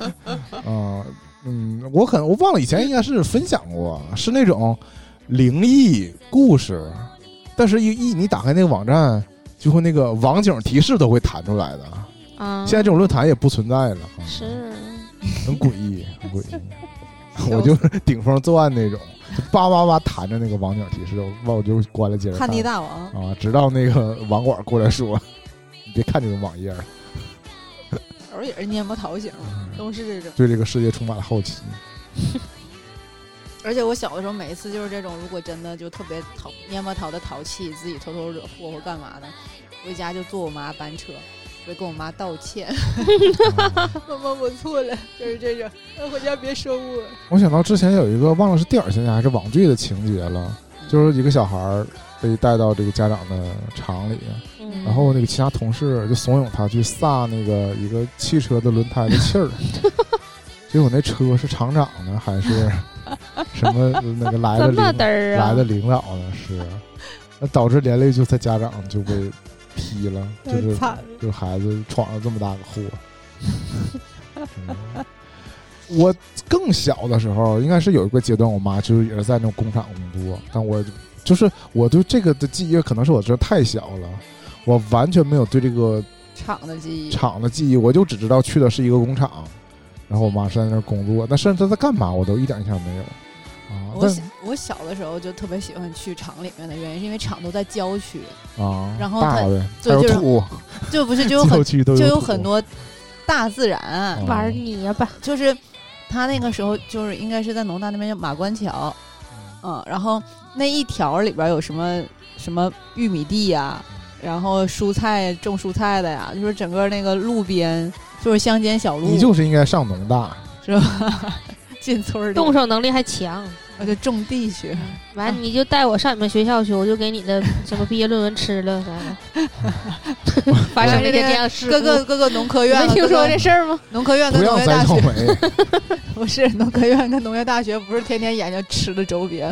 我忘了以前应该是分享过，是那种灵异故事，但是你打开那个网站，就会那个网景提示都会弹出来的啊。现在这种论坛也不存在了， 是很诡异，很诡异。我就是顶风作案那种，就叭叭叭弹着那个网景提示，我就关了接着看。 叛逆大王啊，直到那个网管过来说：“你别看这种网页。” 偶尔也是捏模桃型，都是这种。 对这个世界充满了好奇。 而且我小的时候，每一次就是这种，如果真的就特别捏模桃的淘气，自己偷偷惹祸或干嘛的，回家就坐我妈班车。就跟我妈道歉，妈妈我错了，就是这种，回家别收我。 我想到之前有一个忘了是电影情节还是网剧的情节了，就是一个小孩被带到这个家长的厂里，然后那个其他同事就怂恿他去撒那个一个汽车的轮胎的气儿，结果那车是厂长呢还是什么那个来的领导呢？是，那导致连累就他家长就被批了，就是孩子闯了这么大个祸。我更小的时候，应该是有一个阶段，我妈就是也是在那种工厂工作，但我对这个的记忆，可能是我真的太小了，我完全没有对这个厂的记忆，我就只知道去的是一个工厂，然后我妈是在那儿工作，但甚至她在干嘛，我都一点印象没有。 我小的时候就特别喜欢去厂里面的原因是因为厂都在郊区啊， 然后它有土， 就不是就有很多大自然玩泥巴， 就是他那个时候就是应该是在农大那边叫马关桥，然后那一条里边有什么玉米地呀，然后种蔬菜的呀，就是整个那个路边就是乡间小路， 你就是应该上农大是吧？进村里动手能力还强， 我就种地去。 完你就带我上你们学校去，我就给你的什么毕业论文吃了啥的。发生这件事， 各个农科院， 没听说这事儿吗？ 农科院跟农业大学不是农科院跟农业大学不是天天研究吃的周边。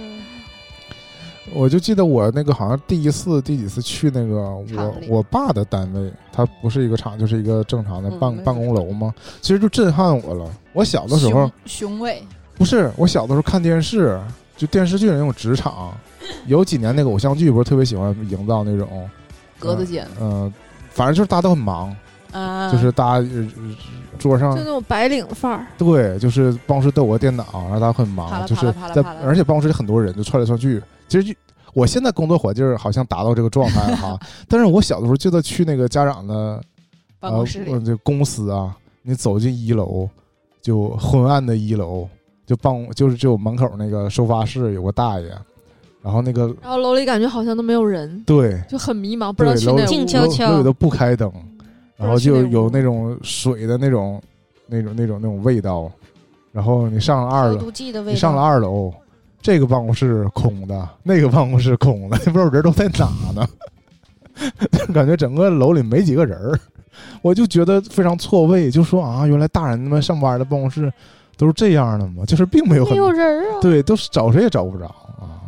我就记得我那个好像第几次去那个我爸的单位，他不是一个厂，就是一个正常的办公楼嘛，其实就震撼我了。我小的时候雄伟，不是我小的时候看电视，就电视剧那种职场，有几年那个偶像剧不是特别喜欢营造那种格子间， 反正就是大家都很忙就是大家桌上就那种白领范儿， 对，就是办公室都有个电脑，然后大家很忙，就是在而且办公室里很多人就窜来窜去。其实我现在工作环境好像达到这个状态了哈，但是我小的时候记得去那个家长的办公室里， 这公司啊，你走进一楼，就昏暗的一楼，就门口那个收发室有个大爷，然后楼里感觉好像都没有人， 对， 就很迷茫，不知道去哪静悄悄， 楼里都不开灯，然后就有那种水的那种味道，然后你上了二楼。这个办公室空的，那个办公室空的，不知道人都在哪呢。感觉整个楼里没几个人，我就觉得非常错位，就说啊，原来大人们上班的办公室都是这样的吗？就是并没有人啊， 对，都是找谁也找不着啊。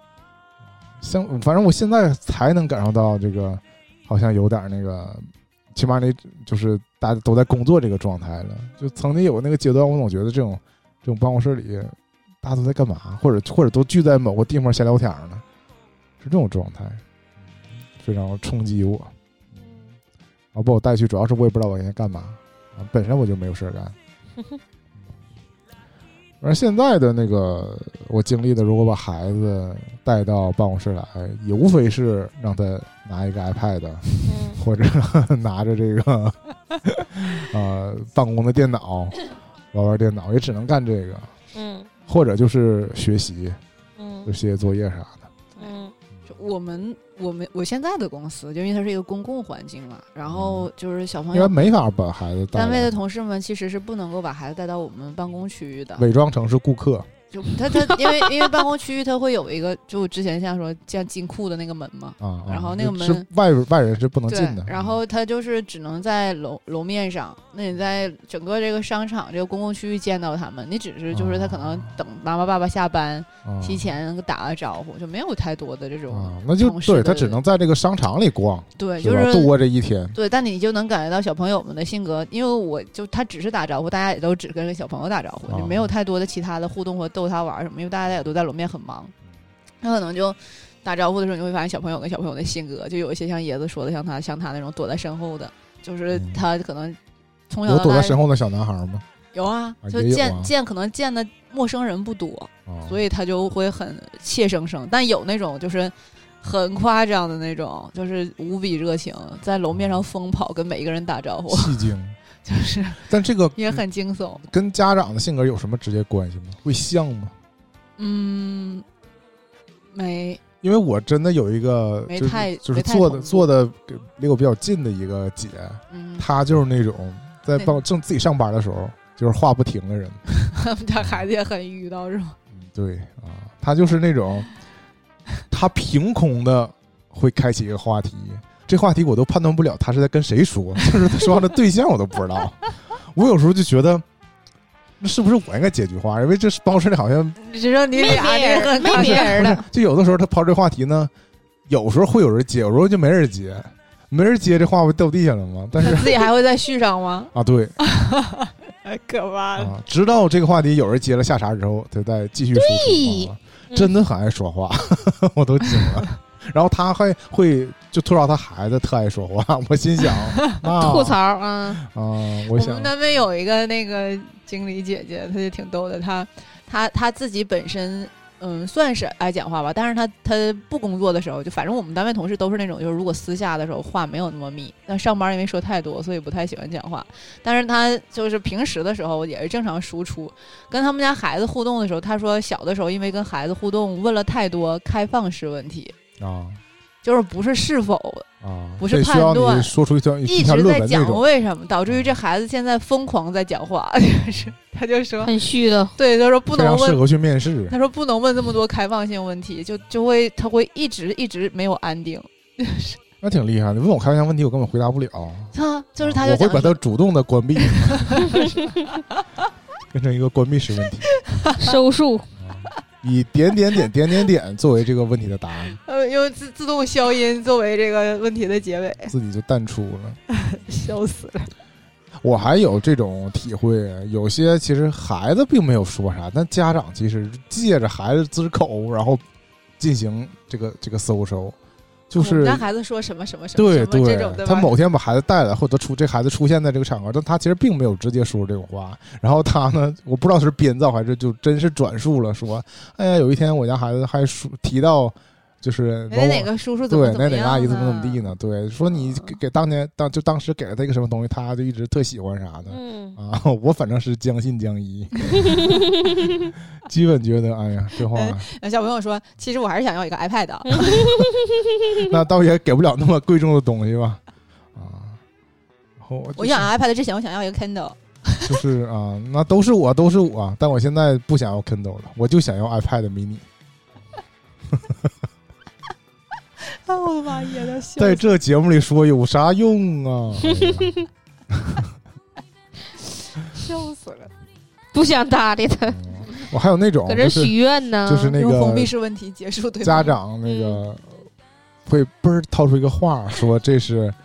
反正我现在才能感受到这个，好像有点那个起码你就是大家都在工作这个状态了。就曾经有那个阶段，我总觉得这种办公室里大家都在干嘛，或者都聚在某个地方闲聊天呢，是这种状态，非常冲击我。然后把我带去，主要是我也不知道我应该干嘛，本身我就没有事干。而现在的那个我经历的，如果把孩子带到办公室来，也无非是让他拿一个 iPad，或者拿着这个办公的电脑玩电脑，也只能干这个。或者就是学习，就写作业啥的。 就我现在的公司，就因为它是一个公共环境嘛，然后就是小朋友， 因为没法把孩子带， 单位的同事们其实是不能够把孩子带到我们办公区域的， 伪装成是顾客。 就他因为办公区域它会有一一个，就之前像金库的那个门嘛，然后那个门是外人是不能进的， 然后他就是只能在楼面上。那你在整个这个商场这个公共区域见到他们，你只是就是他可能等妈妈爸爸下班，提前打个招呼，就没有太多的这种。 那就对，他只能在这个商场里逛， 对，就是度过这一天。 对，但你就能感觉到小朋友们的性格，因为他只是打招呼，大家也都只跟小朋友打招呼，没有太多的其他的互动或逗他玩什么，因为大家也都在楼面很忙，他可能就打招呼的时候，你会发现小朋友跟小朋友的性格，就有一些像椰子说的，像他那种躲在身后的，就是他可能从小到大有躲在身后的小男孩吗？ 有啊，就可能见的陌生人不多，所以他就会很怯生生。但有那种就是很夸张的那种，就是无比热情，在楼面上疯跑，跟每一个人打招呼， 戏精。 就是， 但这个也很惊悚。 跟家长的性格有什么直接关系吗？会像吗？ 没。 因为我真的有一个，就是坐的离我比较近的一个姐，她就是那种在正自己上班的时候，就是话不停的人。 他孩子也很遇到是吗？ 对啊，她就是那种，她凭空的会开启一个话题。这话题我都判断不了他是在跟谁说，就是他说话的对象我都不知道。我有时候就觉得，那是不是我应该接句话？因为这办公室里好像只有你俩人，没别人了。 就有的时候他抛这话题呢，有时候会有人接，有时候就没人接。没人接，这话不掉地下了吗？但是自己还会再续上吗？ 啊，对， 太可怕了。 直到这个话题有人接了下茬之后，他再继续输出。真的很爱说话，我都惊了。然后他还会就吐槽他孩子特爱说话，我心想吐槽我想我们单位有一个那个经理姐姐，她就挺逗的，她自己本身算是爱讲话吧，但是她不工作的时候，就反正我们单位同事都是那种，就是如果私下的时候话没有那么密，但上班因为说太多，所以不太喜欢讲话。但是她就是平时的时候也是正常输出，跟他们家孩子互动的时候，她说小的时候因为跟孩子互动问了太多开放式问题。就是不是是否不是判断， 说出一直在讲为什么，导致于这孩子现在疯狂在讲话，就是他就说很虚的， 对，他说不能问， 适合去面试。 他说不能问这么多开放性问题，他会一直没有安定。 那挺厉害的，你问我开放性问题，我根本回答不了。 就是他我会把它主动的关闭，变成一个关闭式问题， 收束。 以点作为这个问题的答案， 用自动消音作为这个问题的结尾， 自己就淡出了， 笑死了。 我还有这种体会，有些其实孩子并没有说啥，但家长其实借着孩子之口，然后进行这个搜收。就是让孩子说什么什么什么，对这种他某天把孩子带来，或者这孩子出现在这个场合，但他其实并没有直接说这种话。然后他呢，我不知道是编造还是就真是转述了，说，哎呀，有一天我家孩子还提到，就是哪个叔叔怎么对，哪个阿姨怎么地呢？对，说你给当时给了他一个什么东西，他就一直特喜欢啥的。我反正是将信将疑，基本觉得，哎呀，这话。 小朋友说，其实我还是想要一个 iPad。 那倒也给不了那么贵重的东西吧？ 我想要 iPad 之前，我想要一个 Kindle。 就是那都是我，但我现在不想要 Kindle 了，我就想要 iPad mini。 我的妈呀！ 在这节目里说有啥用啊？ 笑死了， 不想搭理他。 我还有那种搁这许愿呢， 就是那个用封闭式问题结束。对， 家长那个会掏出一个画，说这是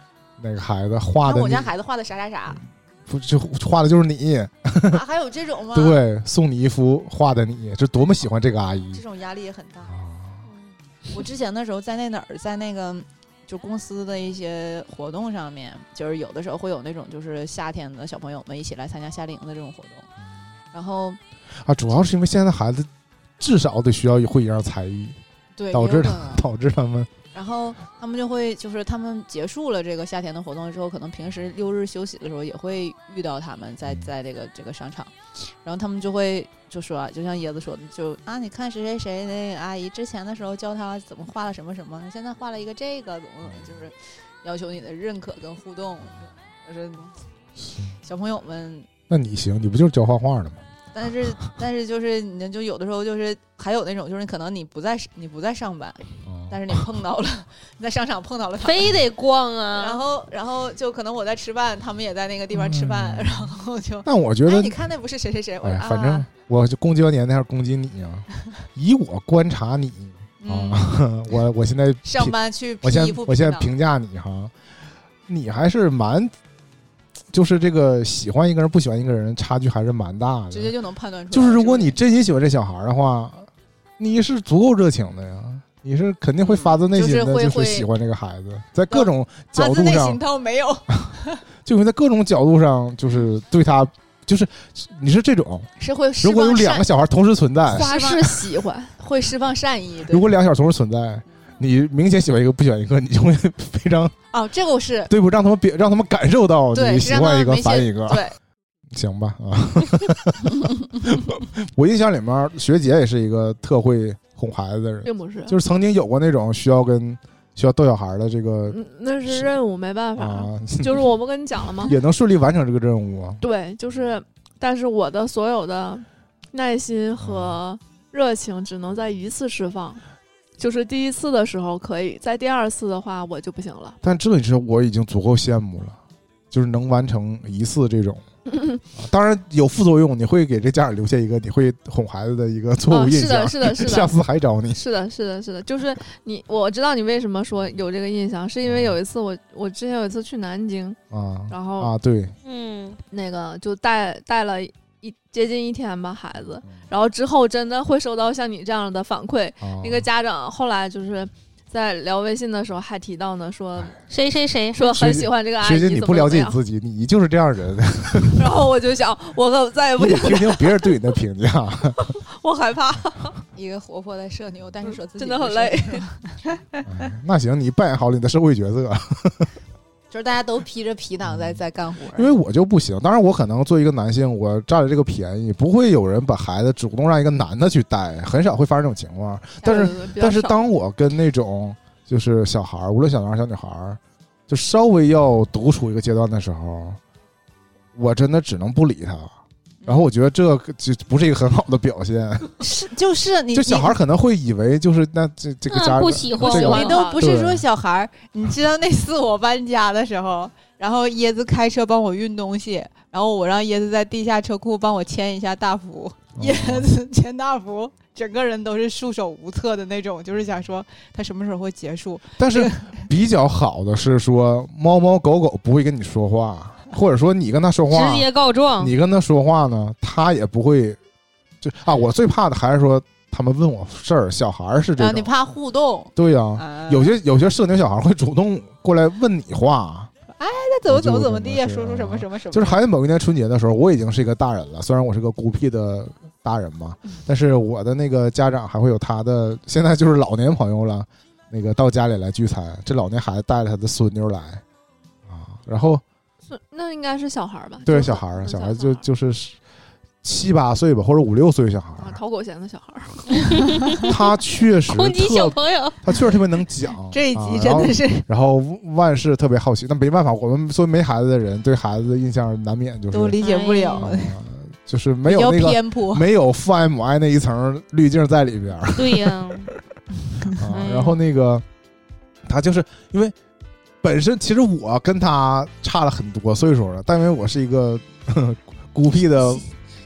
哪个孩子画的， 我家孩子画的啥啥啥， 不就画的就是你、 还有这种吗？ 对，送你一幅画的你，这多么喜欢这个阿姨， 这种压力也很大。我之前的时候在那在那个就公司的一些活动上面，就是有的时候会有那种就是夏天的小朋友们一起来参加夏令营的这种活动，然后主要是因为现在孩子至少得需要会一样才艺， 对， 导致他们。 然后他们就会就是他们结束了这个夏天的活动之后，可能平时6日休息的时候也会遇到他们在这个商场，然后他们就会就说，就像椰子说的，就你看谁谁谁那个阿姨之前的时候教他怎么画了什么什么，现在画了一个这个怎么就是要求你的认可跟互动，就是小朋友们。 那你行，你不就是教画画的吗？ 但是就是你就有的时候就是还有那种就是可能你不在上班，但是你碰到了你在商场碰到了他们， 非得逛啊， 然后就可能我在吃饭，他们也在那个地方吃饭，然后就那我觉得你看那不是谁谁谁， 反正我就攻击完年那还是攻击你啊，以我观察你我现在上班去我现在评价你哈，你还是蛮。就是这个喜欢一个人不喜欢一个人差距还是蛮大的， 直接就能判断出来。 就是如果你真心喜欢这小孩的话，你是足够热情的呀，你是肯定会发自内心的就是喜欢这个孩子，在各种角度上。发自内心倒没有， 就会在各种角度上就是对他，就是你是这种是会如果有2个小孩同时存在， 花式喜欢会释放善意。 如果2个小孩同时存在。你明显喜欢一个不喜欢一个，你就会非常这个是对不？让他们感受到你喜欢一个烦一个， 对， 行吧我印象里面，学姐也是一个特会哄孩子的人， 并不是， 就是曾经有过那种需要逗小孩的这个， 那是任务，没办法就是我不跟你讲了吗？ 也能顺利完成这个任务啊。 对，就是，但是我的所有的耐心和热情只能在一次释放。就是第1次的时候可以，在第2次的话我就不行了。 但这是我已经足够羡慕了，就是能完成1次这种。当然有副作用，你会给这家长留下一个你会哄孩子的一个错误印象。 是的， 下次还找你。 是的，就是我知道你为什么说有这个印象，是因为有一次我之前有一次去南京然后对， 那个就带了接近1天吧孩子，然后之后真的会收到像你这样的反馈。那个家长后来就是在聊微信的时候还提到呢，说谁谁谁说很喜欢这个阿姨， 学姐你不了解你自己，你就是这样人。 然后我就想，我可再也不想听听别人对你的评价。 我害怕。 一个活泼的社牛，但是说自己真的很累。 那行，你扮演好了你的社会角色。 就是大家都披着皮囊在干活， 因为我就不行。当然，我可能作为一个男性，我占了这个便宜，不会有人把孩子主动让一个男的去带，很少会发生这种情况。但是当我跟那种就是小孩，无论小男孩小女孩，就稍微要独处一个阶段的时候，我真的只能不理他。然后我觉得这就不是一个很好的表现， 就是你， 就小孩可能会以为就是那这个家不喜欢， 你都不是说小孩，你知道那次我搬家的时候，然后椰子开车帮我运东西，然后我让椰子在地下车库帮我牵一下大福，椰子牵大福，整个人都是束手无策的那种，就是想说他什么时候会结束。 但是比较好的是说，猫猫狗狗不会跟你说话。或者说你跟他说话直接告状， 你跟他说话呢，他也不会我最怕的还是说他们问我事儿，小孩是这种你怕互动。 对呀，有些社牛小孩会主动过来问你话， 那怎么地呀，说出什么什么什么。 就是孩子某一年春节的时候，我已经是一个大人了，虽然我是个孤僻的大人嘛，但是我的那个家长还会有他的，现在就是老年朋友了，那个到家里来聚餐，这老年孩子带了他的孙女来然后。 那应该是小孩吧？ 对，小孩就是7、8岁吧，或者5、6岁小孩讨狗嫌的小孩。 他确实攻击小朋友， 他确实特别能讲。 这一集真的是， 然后万事特别好奇，但没办法，我们作为没孩子的人，对孩子的印象难免就是都理解不了， 就是没有那个偏颇， 没有父爱母爱那一层滤镜在里边。 对呀， 然后那个他就是因为。本身其实我跟他差了很多岁数了，但因为我是一个孤僻的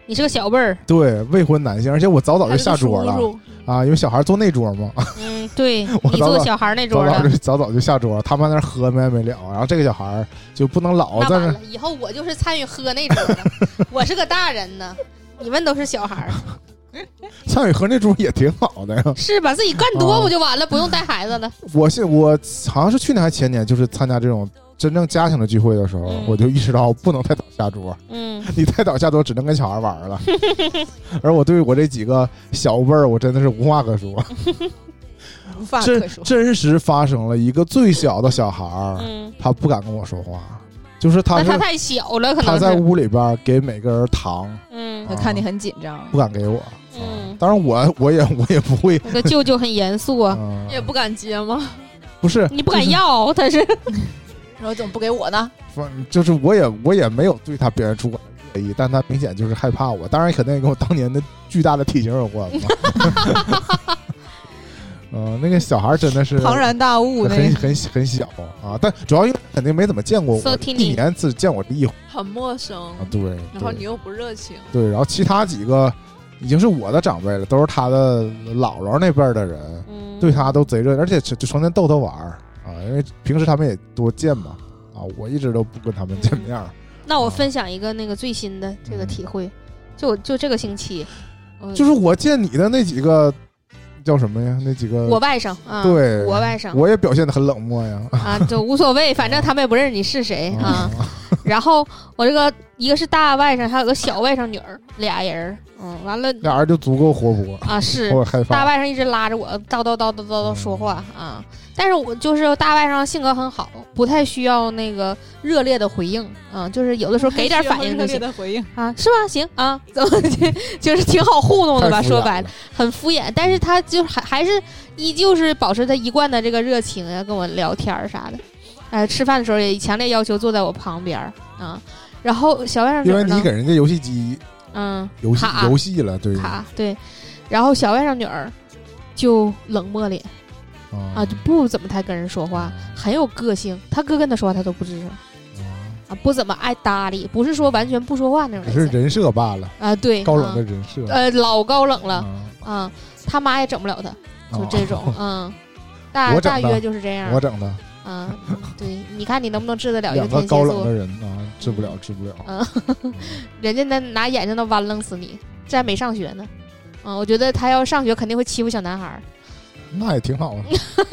你是个小辈儿， 对，未婚男性，而且我早就下桌了啊，因为小孩坐那桌嘛。 对，你坐小孩那桌的，早就下桌，他们在那喝没完没了，然后这个小孩就不能老在那。 以后我就是参与喝那桌的，我是个大人呢，你们都是小孩。 参与喝那桌也挺好的呀， 是吧？自己干多不就完了，不用带孩子了。 我好像是去年还前年，就是参加这种真正家庭的聚会的时候，我就意识到不能太早下桌。你太早下桌只能跟小孩玩了。而我对我这几个小辈儿，我真的是无话可说。 无话可说。 真实发生了一个最小的小孩，他不敢跟我说话，就是他太小了，可能他在屋里边给每个人糖， 他看你很紧张， 不敢给我。当然我也不会。 我的舅舅很严肃啊， 也不敢接吗？ 不是， 你不敢要，他是。 说怎么不给我呢？ 就是我也没有对他表现出我的恶意，但他明显就是害怕我。当然，肯定跟我当年的巨大的体型有关嘛。那个小孩真的是庞然大物， 很小啊。但主要因为肯定没怎么见过我，一年只见我一回， 很陌生啊。对， 然后你又不热情。 对，然后其他几个已经是我的长辈了，都是他的姥姥那辈的人，对他都贼热，而且就成天逗他玩啊。因为平时他们也多见嘛，啊，我一直都不跟他们见面。 那我分享一个那个最新的这个体会，就这个星期， 就是我见你的那几个叫什么呀？那几个我外甥啊， 对， 我外甥， 我也表现得很冷漠呀。 啊，就无所谓，反正他们也不认识你是谁啊。然后我这个一个是大外甥，还有个小外甥女儿，俩人，完了俩人就足够活泼啊。是， 我害怕。 大外甥一直拉着我叨说话啊。但是我就是大外甥性格很好，不太需要那个热烈的回应啊，就是有的时候给点反应就行。热烈的回应啊，是吧？行啊，怎么就是挺好糊弄的吧？说白了，很敷衍，但是他就还是依旧是保持他一贯的这个热情呀，跟我聊天啥的。吃饭的时候也强烈要求坐在我旁边啊。然后小外甥女儿呢， 因为你给人家游戏机，游戏了，对卡对，然后小外甥女儿就冷漠脸。啊，就不怎么太跟人说话，很有个性。他哥跟他说话，他都不吱声，啊，不怎么爱搭理，不是说完全不说话那种。 只是人设罢了啊，对， 高冷的人设， 老高冷了啊。他妈也整不了他，就这种，大约就是这样。 我整的， 对，你看你能不能治得了一个天蝎座？ 高冷的人啊，治不了。 人家拿眼睛都弯愣死你，这还没上学呢。我觉得他要上学肯定会欺负小男孩。 那也挺好啊。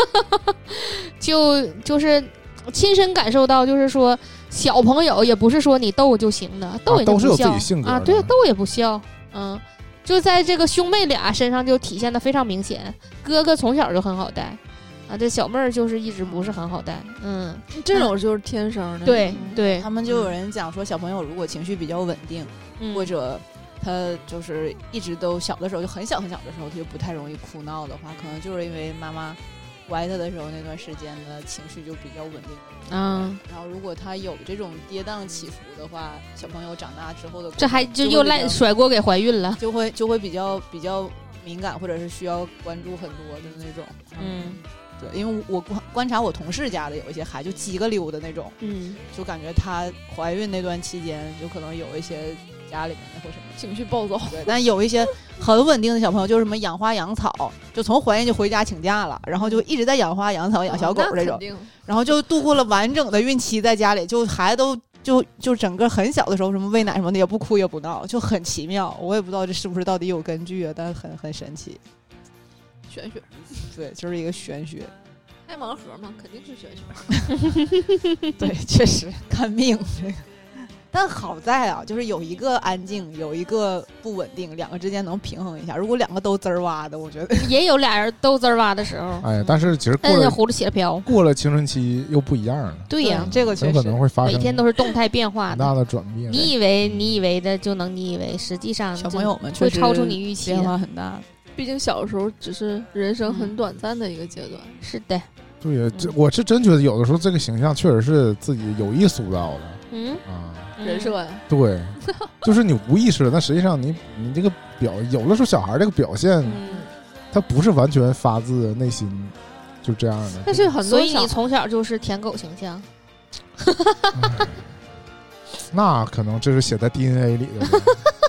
就是亲身感受到，就是说小朋友也不是说你逗就行的，逗也都是有自己性格啊，对，逗也不笑，就在这个兄妹俩身上就体现的非常明显。哥哥从小就很好带啊，这小妹儿就是一直不是很好带， 这种就是天生的。 对， 他们就有人讲说，小朋友如果情绪比较稳定，或者他就是一直都小的时候就很小的时候他就不太容易哭闹的话，可能就是因为妈妈怀他的时候那段时间的情绪就比较稳定。然后如果他有这种跌宕起伏的话，小朋友长大之后的这还就又甩锅给怀孕了， 就会比较敏感，或者是需要关注很多的那种。对，因为我观察我同事家的有一些孩子就叽个溜的那种，就感觉她怀孕那段期间就可能有一些家里面的或什么情绪暴躁。 对，但有一些很稳定的小朋友，就是什么养花养草，就从怀孕就回家请假了，然后就一直在养花养草养小狗这种，然后就度过了完整的孕期在家里，就孩子都就整个很小的时候什么喂奶什么的也不哭也不闹，就很奇妙。我也不知道这是不是到底有根据啊，但很神奇。 玄学， 对，就是一个玄学。 开盲盒嘛，肯定是玄学。 对，确实看命这个。但好在啊，就是有一个安静，有一个不稳定，两个之间能平衡一下。如果两个都滋儿哇的，我觉得也有俩人都滋儿哇的时候。 哎，但是其实糊里起了飘， 过了青春期又不一样了。 对呀， 这个确实有可能会发生， 每天都是动态变化的， 很大的转变。 你以为的就能你以为，实际上小朋友们会超出你预期， 变化很大。 毕竟小的时候只是人生很短暂的一个阶段。 是的。 对呀，我是真觉得有的时候这个形象确实是自己有意塑造的。 人设呀， 对，就是你无意识的，但实际上你这个有的时候小孩这个表现，他不是完全发自内心就这样的。 但是很多， 所以你从小就是舔狗形象。 那可能这是写在 DNA 里的。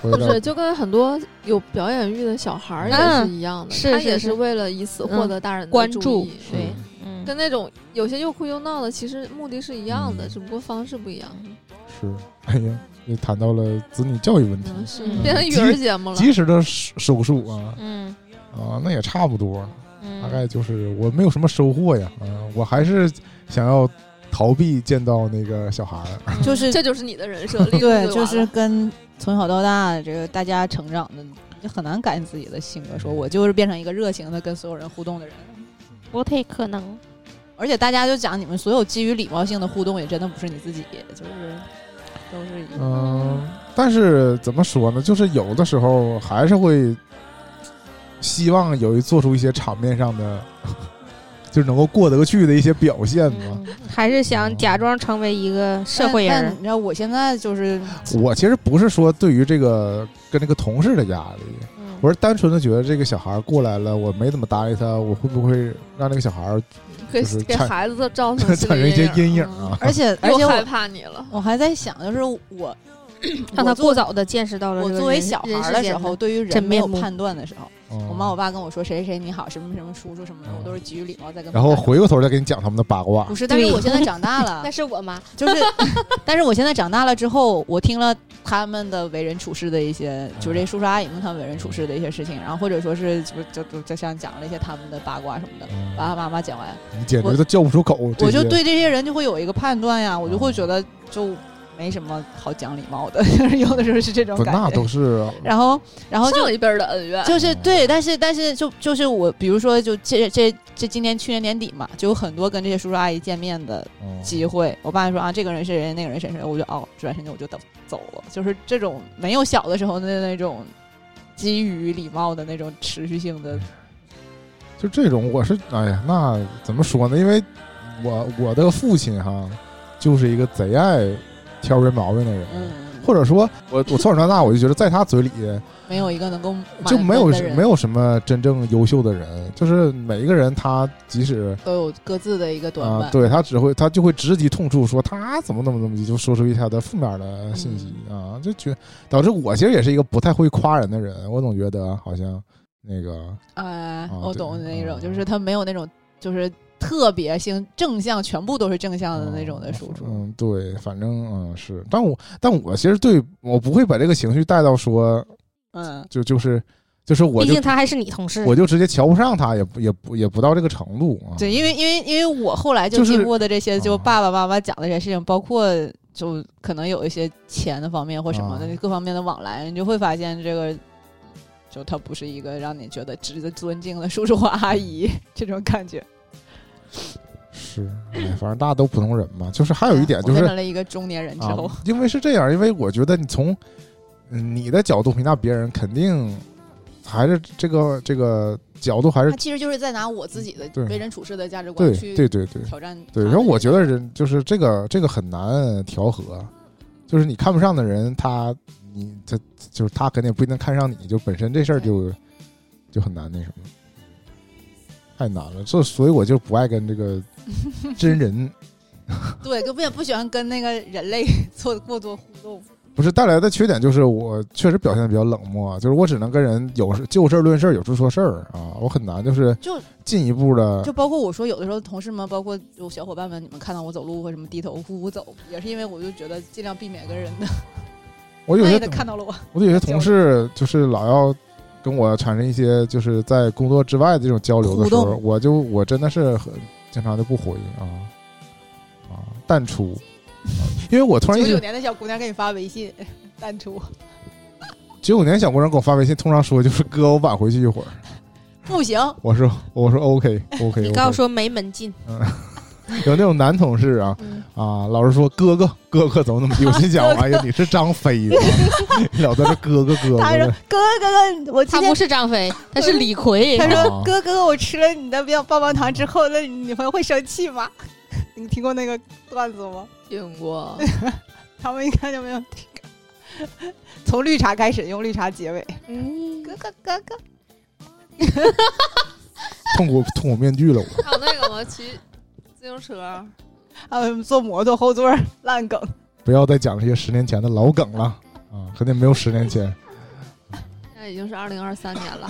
不是，就跟很多有表演欲的小孩也是一样的，他也是为了以此获得大人的关注。 对，跟那种有些又哭又闹的，其实目的是一样的，只不过方式不一样。 是，哎呀，又谈到了子女教育问题， 是变成育儿节目了。 及时的收束啊，那也差不多，大概就是我没有什么收获呀，我还是想要逃避见到那个小孩， 就是这就是你的人设， 对，就是跟从小到大这个大家成长的，就很难改自己的性格，说我就是变成一个热情的跟所有人互动的人， 不太可能。 而且大家就讲你们所有基于礼貌性的互动，也真的不是你自己，就是都是但是怎么说呢？就是有的时候还是会希望做出一些场面上的。就是能够过得去的一些表现嘛， 还是想假装成为一个社会人。 你知道，我现在就是我其实不是说对于这个跟这个同事的压力，我是单纯的觉得这个小孩过来了，我没怎么搭理他，我会不会让这个小孩给孩子造成产生一些阴影啊？ 而且我害怕你了。 我还在想，就是我让他过早的见识到了我作为小孩的时候，对于人没有判断的时候。我妈我爸跟我说谁谁谁你好，什么什么叔叔什么的，我都是基于礼貌在跟。 然后回过头再给你讲他们的八卦。 不是，但是我现在长大了， 那是我妈， 就是，但是我现在长大了之后，我听了他们的为人处事的一些，就是这叔叔阿姨们他们为人处事的一些事情，然后或者说是就像讲了一些他们的八卦什么的，把他妈妈讲完， 你简直都叫不出口。 我就对这些人就会有一个判断呀，我就会觉得就。没什么好讲礼貌的，有的时候是这种感觉。 那都是。 然后就上一辈的恩怨， 就是对，但是就是我，比如说就这今年去年年底嘛，就有很多跟这些叔叔阿姨见面的机会。我爸说啊，这个人是人，那个人是谁，我就转身就我就走了。就是这种没有小的时候的那种基于礼貌的那种持续性的， 就这种我是哎呀，那怎么说呢？因为我的父亲哈，就是一个贼爱挑人毛病的人，或者说我从小到大我就觉得在他嘴里没有一个能够就没有什么真正优秀的人，就是每一个人他即使都有各自的一个短板， 对他就会直击痛处，说他怎么就说出一下的负面的信息啊，就觉得导致我其实也是一个不太会夸人的人，我总觉得好像那个我懂的那种，就是他没有那种就是特别性正向，全部都是正向的那种的输出。 对，反正是，但我其实我不会把这个情绪带到说，就是我， 毕竟他还是你同事， 我就直接瞧不上他，也不到这个程度啊。 对，因为我后来就经过的这些，就爸爸妈妈讲的这些事情，包括就可能有一些钱的方面或什么的各方面的往来，你就会发现这个。就他不是一个让你觉得值得尊敬的叔叔或阿姨这种感觉。 是，反正大家都普通人嘛。就是还有一点就是， 变成了一个中年人之后， 因为是这样，因为我觉得你从你的角度评价别人，肯定还是这个角度还是， 他其实就是在拿我自己的为人处事的价值观去对挑战。 对，然后我觉得人就是这个很难调和，就是你看不上的人，他就是他肯定不一定看上你，就本身这事儿就很难那什么。太难了，所以我就不爱跟这个真人， 对，根本也不喜欢跟那个人类过多互动。 不是带来的缺点就是我确实表现的比较冷漠，就是我只能跟人就事论事，有事说事儿啊，我很难就进一步的。 就包括我说有的时候同事们，包括有小伙伴们，你们看到我走路或什么低头呼呼走，也是因为我就觉得尽量避免跟人的。 我有些看到了我有些同事就是老要。跟我产生一些就是在工作之外的这种交流的时候，我真的是很经常的不回淡出，因为我突然 99年的小姑娘给你发微信淡出 ，95年小姑娘给我发微信，通常说就是哥我晚回去一会儿， 不行， 我说 OK， 你告诉说没门禁。 有那种男同事老是说哥哥怎么那么低，我心想哎呀你是张飞吗？老在这哥哥他说哥我他不是张飞，他是李逵。 他说哥我吃了你的棒棒糖之后，那你女朋友会生气吗？你听过那个段子吗？ 听过。 他们一看就没有听过。从绿茶开始，用绿茶结尾。哥痛苦面具了我。 还有那个吗？骑自行车， 坐摩托后座烂梗。 不要再讲这些10年前的老梗了肯定没有10年前。 那已经是2023年了。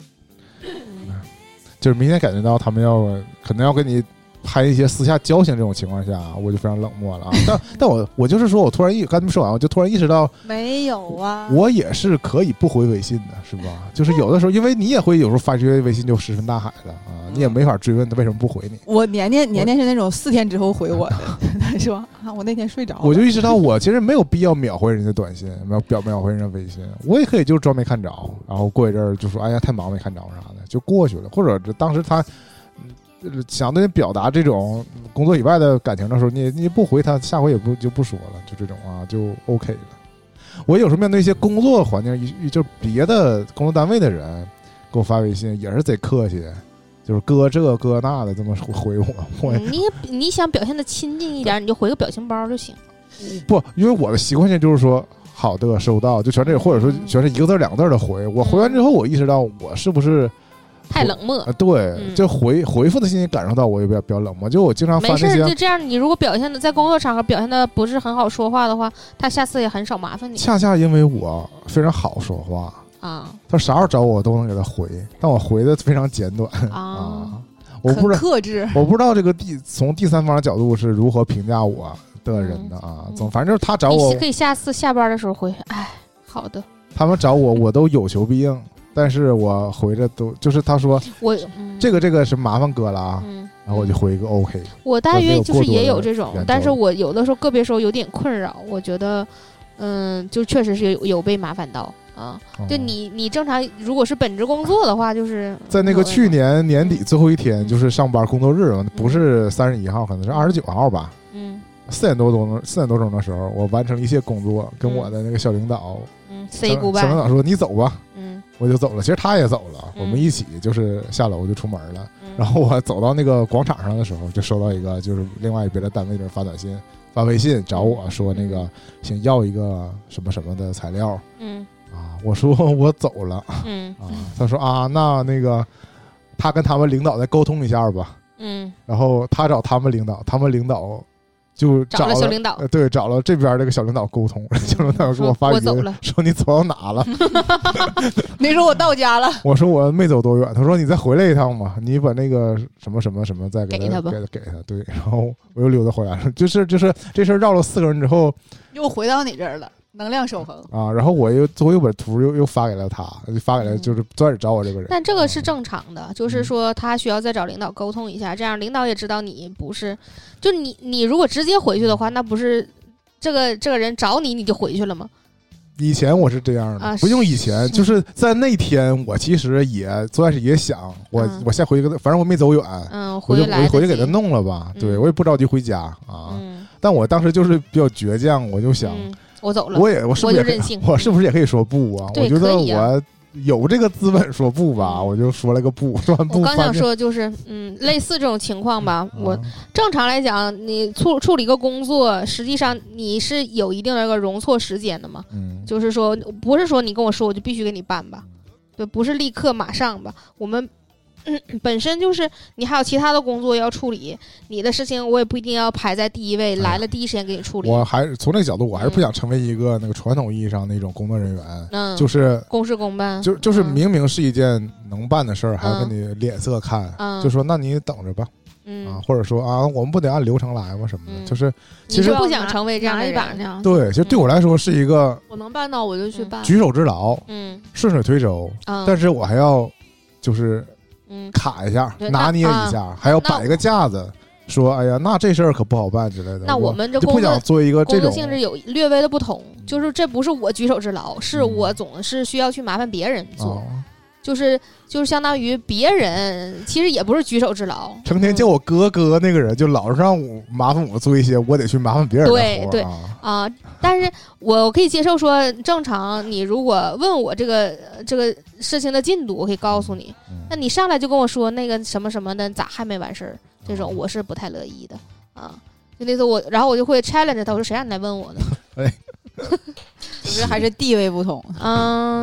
就是明显感觉到他们可能要跟你拍一些私下交情这种情况下，我就非常冷漠了啊。但我就是说我突然刚才说完，我就突然意识到， 没有啊， 我也是可以不回微信的，是吧？就是有的时候，因为你也会有时候发觉微信就石沉大海的啊，你也没法追问他为什么不回你。 我年年是那种4天之后回我的，是吧？啊，我那天睡着了， 我就意识到我其实没有必要秒回人家短信，秒回人家微信，我也可以就装没看着，然后过一阵儿就说哎呀太忙没看着啥的就过去了，或者当时他。想对你表达这种工作以外的感情的时候，你不回他，下回也就不说了，就这种啊，就 OK 了。我有时候面对一些工作环境，就别的工作单位的人给我发微信，也是贼客气，就是哥这哥那的这么回我。 你想表现的亲近一点，你就回个表情包就行。 不，因为我的习惯性就是说好的收到，就全这，或者说全是1个字2个字的回。我回完之后，我意识到我是不是。 太冷漠对，就回复的信息感受到我也比较冷漠，就我经常发那些。 没事，就这样。你如果表现的在工作场合表现的不是很好说话的话，他下次也很少麻烦你。 恰恰因为我非常好说话啊， 他啥时候找我都能给他回，但我回的非常简短啊。我不知道克制， 我不知道这个从第三方的角度是如何评价我的人的啊。反正就是他找我， 你可以下次下班的时候回。哎，好的。 他们找我都有求必应。但是我回着都就是他说我这个是麻烦哥了啊，然后我就回一个 OK。 我大约就是也有这种，但是我有的时候个别时候有点困扰，我觉得就确实是有被麻烦到啊。就你正常如果是本职工作的话，就是在那个去年年底最后一天就是上班工作日，不是31号，可能是29号吧。4点多钟的时候，我完成一切工作，跟我的那个小领导 say goodbye。 小领导说你走吧。我就走了，其实他也走了，我们一起就是下楼就出门了。然后我走到那个广场上的时候，就收到一个就是另外别的单位的人发短信、发微信找我说那个想要一个什么什么的材料。我说我走了。他说那个他跟他们领导再沟通一下吧。然后他找他们领导就找了小领导， 对，找了这边这个小领导沟通，小领导给我发语音说你走到哪了？ 没说我到家了。 我说我没走多远。他说你再回来一趟吧，你把那个什么什么什么再给他吧，给他。对，然后我又溜达回来了。就是这事绕了4个人之后， 又回到你这儿了。能量守恒啊，然后我又把图又发给了他，发给了就是专门找我这个人。 但这个是正常的，就是说他需要再找领导沟通一下，这样领导也知道你不是，就你如果直接回去的话，那不是这个人找你就回去了吗？ 以前我是这样的，不用以前，就是在那天我其实也最开始也想，我先回去，反正我没走远，回去给他弄了吧，对我也不着急回家啊，但我当时就是比较倔强，我就想。 我走了， 我是不是任性？我是不是也可以说不啊？我觉得我有这个资本说不吧，我就说了个不。说完不， 我刚想说就是类似这种情况吧。我正常来讲，你处理一个工作，实际上你是有一定的一个容错时间的嘛。就是说不是说你跟我说我就必须给你办吧，对，不是立刻马上吧。我们本身就是你还有其他的工作要处理，你的事情我也不一定要排在第一位，来了第一时间给你处理。 我还是从这个角度，我还是不想成为一个那个传统意义上那种工作人员，就是公事公办， 就是明明是一件能办的事儿，还要跟你脸色看，就说那你等着吧，或者说我们不得按流程来吗？什么的，就是其实不想成为这样的人， 对，就对我来说是一个我能办到我就去办， 举手之劳，顺水推舟，但是我还要就是卡一下，拿捏一下，还要摆一个架子，说哎呀，那这事儿可不好办之类的。 那我们这就不想做一个这种工作性质有略微的不同，就是这不是我举手之劳，是我总是需要去麻烦别人做，就是相当于别人其实也不是举手之劳， 成天叫我哥那个人就老是让我麻烦我做一些我得去麻烦别人的活。 对但是我可以接受说正常你如果问我这个事情的进度，我可以告诉你，那你上来就跟我说那个什么什么的咋还没完事儿，这种我是不太乐意的啊。就那次然后我就会 challenge 他，我说谁让你来问我的？ 其实还是地位不同。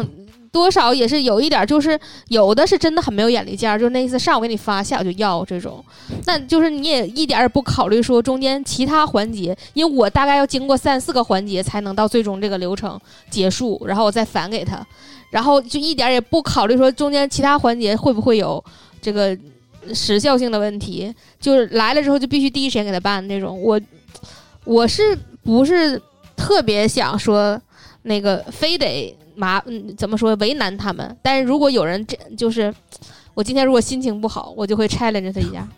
多少也是有一点，就是有的是真的很没有眼力见儿，就那意思上午给你发，下午就要这种，那就是你也一点也不考虑说中间其他环节，因为我大概要经过3-4个环节才能到最终这个流程结束，然后我再返给他，然后就一点也不考虑说中间其他环节会不会有这个时效性的问题，就是来了之后就必须第一时间给他办那种。我是不是特别想说那个非得怎么说为难他们，但是如果有人就是我今天如果心情不好，我就会 challenge 他一下。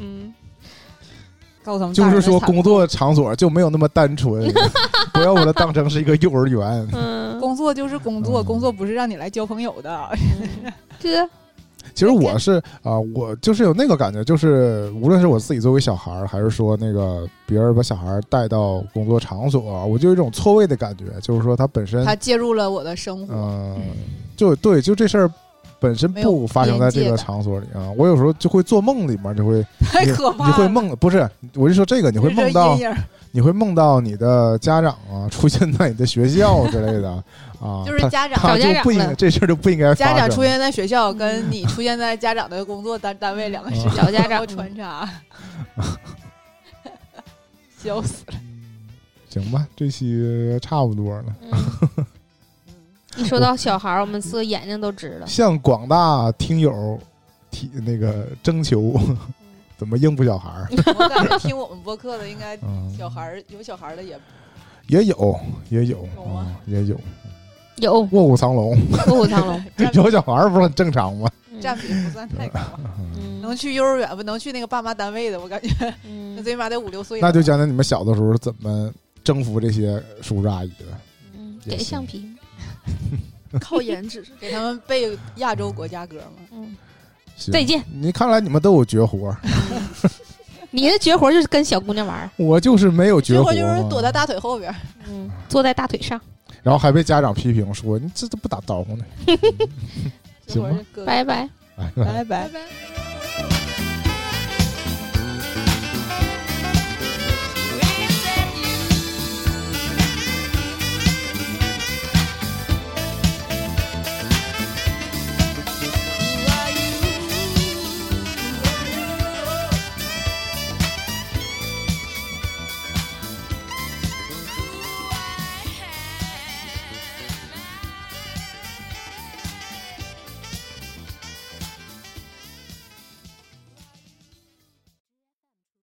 告诉他们就是说工作场所就没有那么单纯，不要把它当成是一个幼儿园。 工作就是工作，工作不是让你来交朋友的。 这其实我是我就是有那个感觉，就是无论是我自己作为小孩，还是说那个别人把小孩带到工作场所，我就有一种错位的感觉，就是说他本身他介入了我的生活， 就对，就这事儿本身不发生在这个场所里啊。我有时候就会做梦里面就会太可怕了， 你会梦，不是，我就说这个你会梦到。你会梦到你的家长啊出现在你的学校之类的啊， 就是家长他就不应该，这事儿就不应该发生。 家长出现在学校，跟你出现在家长的工作单位两个事情， 家长穿插，笑死了。 行吧，这期差不多了。 一说到小孩，我们4个眼睛都直了。 向广大听友那个征求。怎么应付小孩儿？ 我感觉听我们播客的应该小孩有小孩的也有有卧虎藏龙， 卧虎藏龙有小孩儿不是很正常吗？ 占比不算太高，能去幼儿园不能去那个爸妈单位的，我感觉那最起码得5-6岁。 那就讲讲你们小的时候怎么征服这些叔叔阿姨的？ 给橡皮， 靠颜值， 给他们背亚洲国家歌嘛。 再见。 你看来你们都有绝活。 你的绝活就是跟小姑娘玩， 我就是没有绝活， 就是躲在大腿后边， 坐在大腿上， 然后还被家长批评说你这都不打招呼呢。行吧， 拜拜， 拜拜。